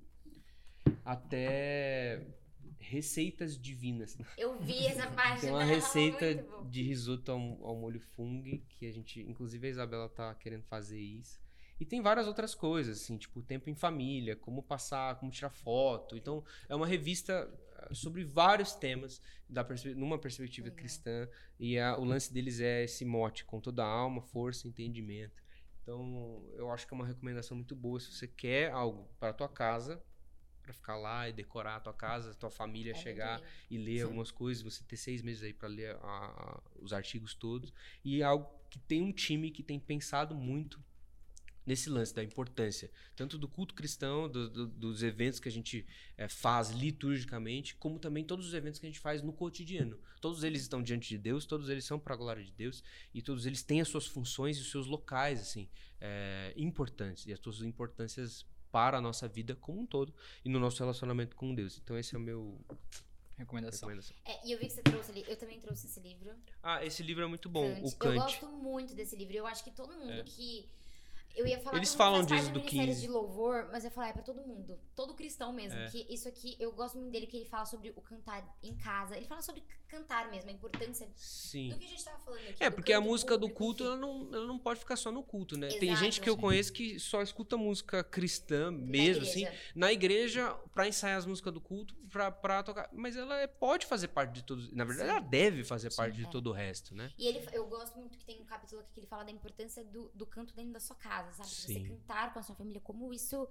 até receitas divinas. Eu vi essa página. Tem uma receita muito bom. de risoto ao molho fungo, que a gente, inclusive a Isabela tá querendo fazer isso. E tem várias outras coisas, assim, tipo tempo em família, como passar, como tirar foto. Então, é uma revista sobre vários temas, numa perspectiva Legal. cristã. E o lance deles é esse mote, com toda a alma, força e entendimento. Então, eu acho que é uma recomendação muito boa se você quer algo para a tua casa, para ficar lá e decorar a tua casa, a tua família É muito chegar lindo. e ler algumas coisas, você ter 6 meses aí para ler os artigos todos. E é algo que tem um time que tem pensado muito nesse lance da importância, tanto do culto cristão, dos eventos que a gente faz liturgicamente, como também todos os eventos que a gente faz no cotidiano. Todos eles estão diante de Deus, todos eles são para a glória de Deus, e todos eles têm as suas funções e os seus locais assim, importantes, e as suas importâncias para a nossa vida como um todo, e no nosso relacionamento com Deus. Então esse é o meu Recomendação. E eu vi que você trouxe ali, eu também trouxe esse livro. Esse livro é muito bom, Kant. o Kant. Eu gosto muito desse livro. Eu acho que todo mundo que... Eu ia falar Eles que falam faz parte disso do Ministérios 15. de Louvor, mas eu ia falar, é pra todo mundo. Todo cristão mesmo. É. Que isso aqui, eu gosto muito dele, que ele fala sobre o cantar em casa. Ele fala sobre cantar mesmo, a importância Sim. do que a gente tava falando aqui. Porque a canto música do público, culto, enfim. ela não pode ficar só no culto, né? Exato, Tem gente que eu sim. conheço que só escuta música cristã Na mesmo, igreja. assim, na igreja, pra ensaiar as músicas do culto, pra tocar. Mas ela pode fazer parte de tudo. Na verdade, Sim. ela deve fazer parte de é. todo o resto, né? E eu gosto muito que tem um capítulo aqui que ele fala da importância do canto dentro da sua casa, sabe? De Sim. você cantar com a sua família, como isso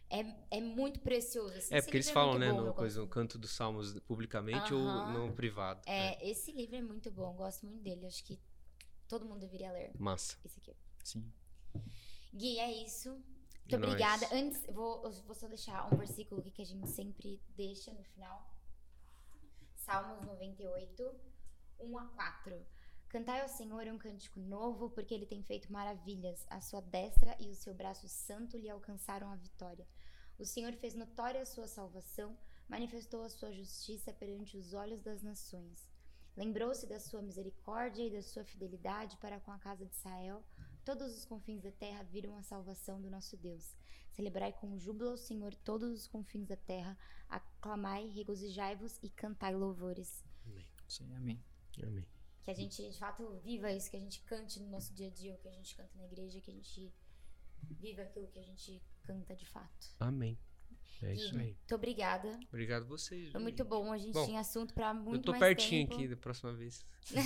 é muito precioso. Assim. Esse Porque eles livro falam, muito né, bom, eu no gosto. canto dos salmos publicamente ou no privado. Esse livro é muito bom, eu gosto muito dele. Acho que todo mundo deveria ler. Massa. Esse aqui. Sim. Gui, é isso. Muito É nóis. obrigada. Antes, eu vou só deixar um versículo aqui que a gente sempre deixa no final. Salmos 98, 1 a 4. Cantai ao Senhor um cântico novo, porque Ele tem feito maravilhas. A sua destra e o seu braço santo lhe alcançaram a vitória. O Senhor fez notória a sua salvação, manifestou a sua justiça perante os olhos das nações. Lembrou-se da sua misericórdia e da sua fidelidade para com a casa de Israel. Todos os confins da terra viram a salvação do nosso Deus. Celebrai com júbilo ao Senhor todos os confins da terra. Aclamai, regozijai-vos e cantai louvores. Sim, amém. Amém. Que a gente, de fato, viva isso, que a gente cante no nosso dia a dia, o que a gente canta na igreja, que a gente viva aquilo que a gente canta de fato. Amém. É Gui, isso aí. muito obrigada. Obrigado a vocês. Foi muito bom, a gente Bom, tinha assunto pra muito Eu tô mais pertinho tempo. aqui da próxima vez.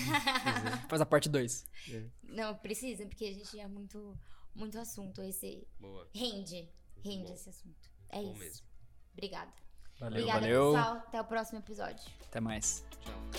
Faz a parte 2. Não, precisa, porque a gente tinha muito assunto. Esse Boa. rende bom. esse assunto. É Bom isso. mesmo. Obrigada. Valeu, Obrigada, valeu. pessoal. Até o próximo episódio. Até mais. Tchau.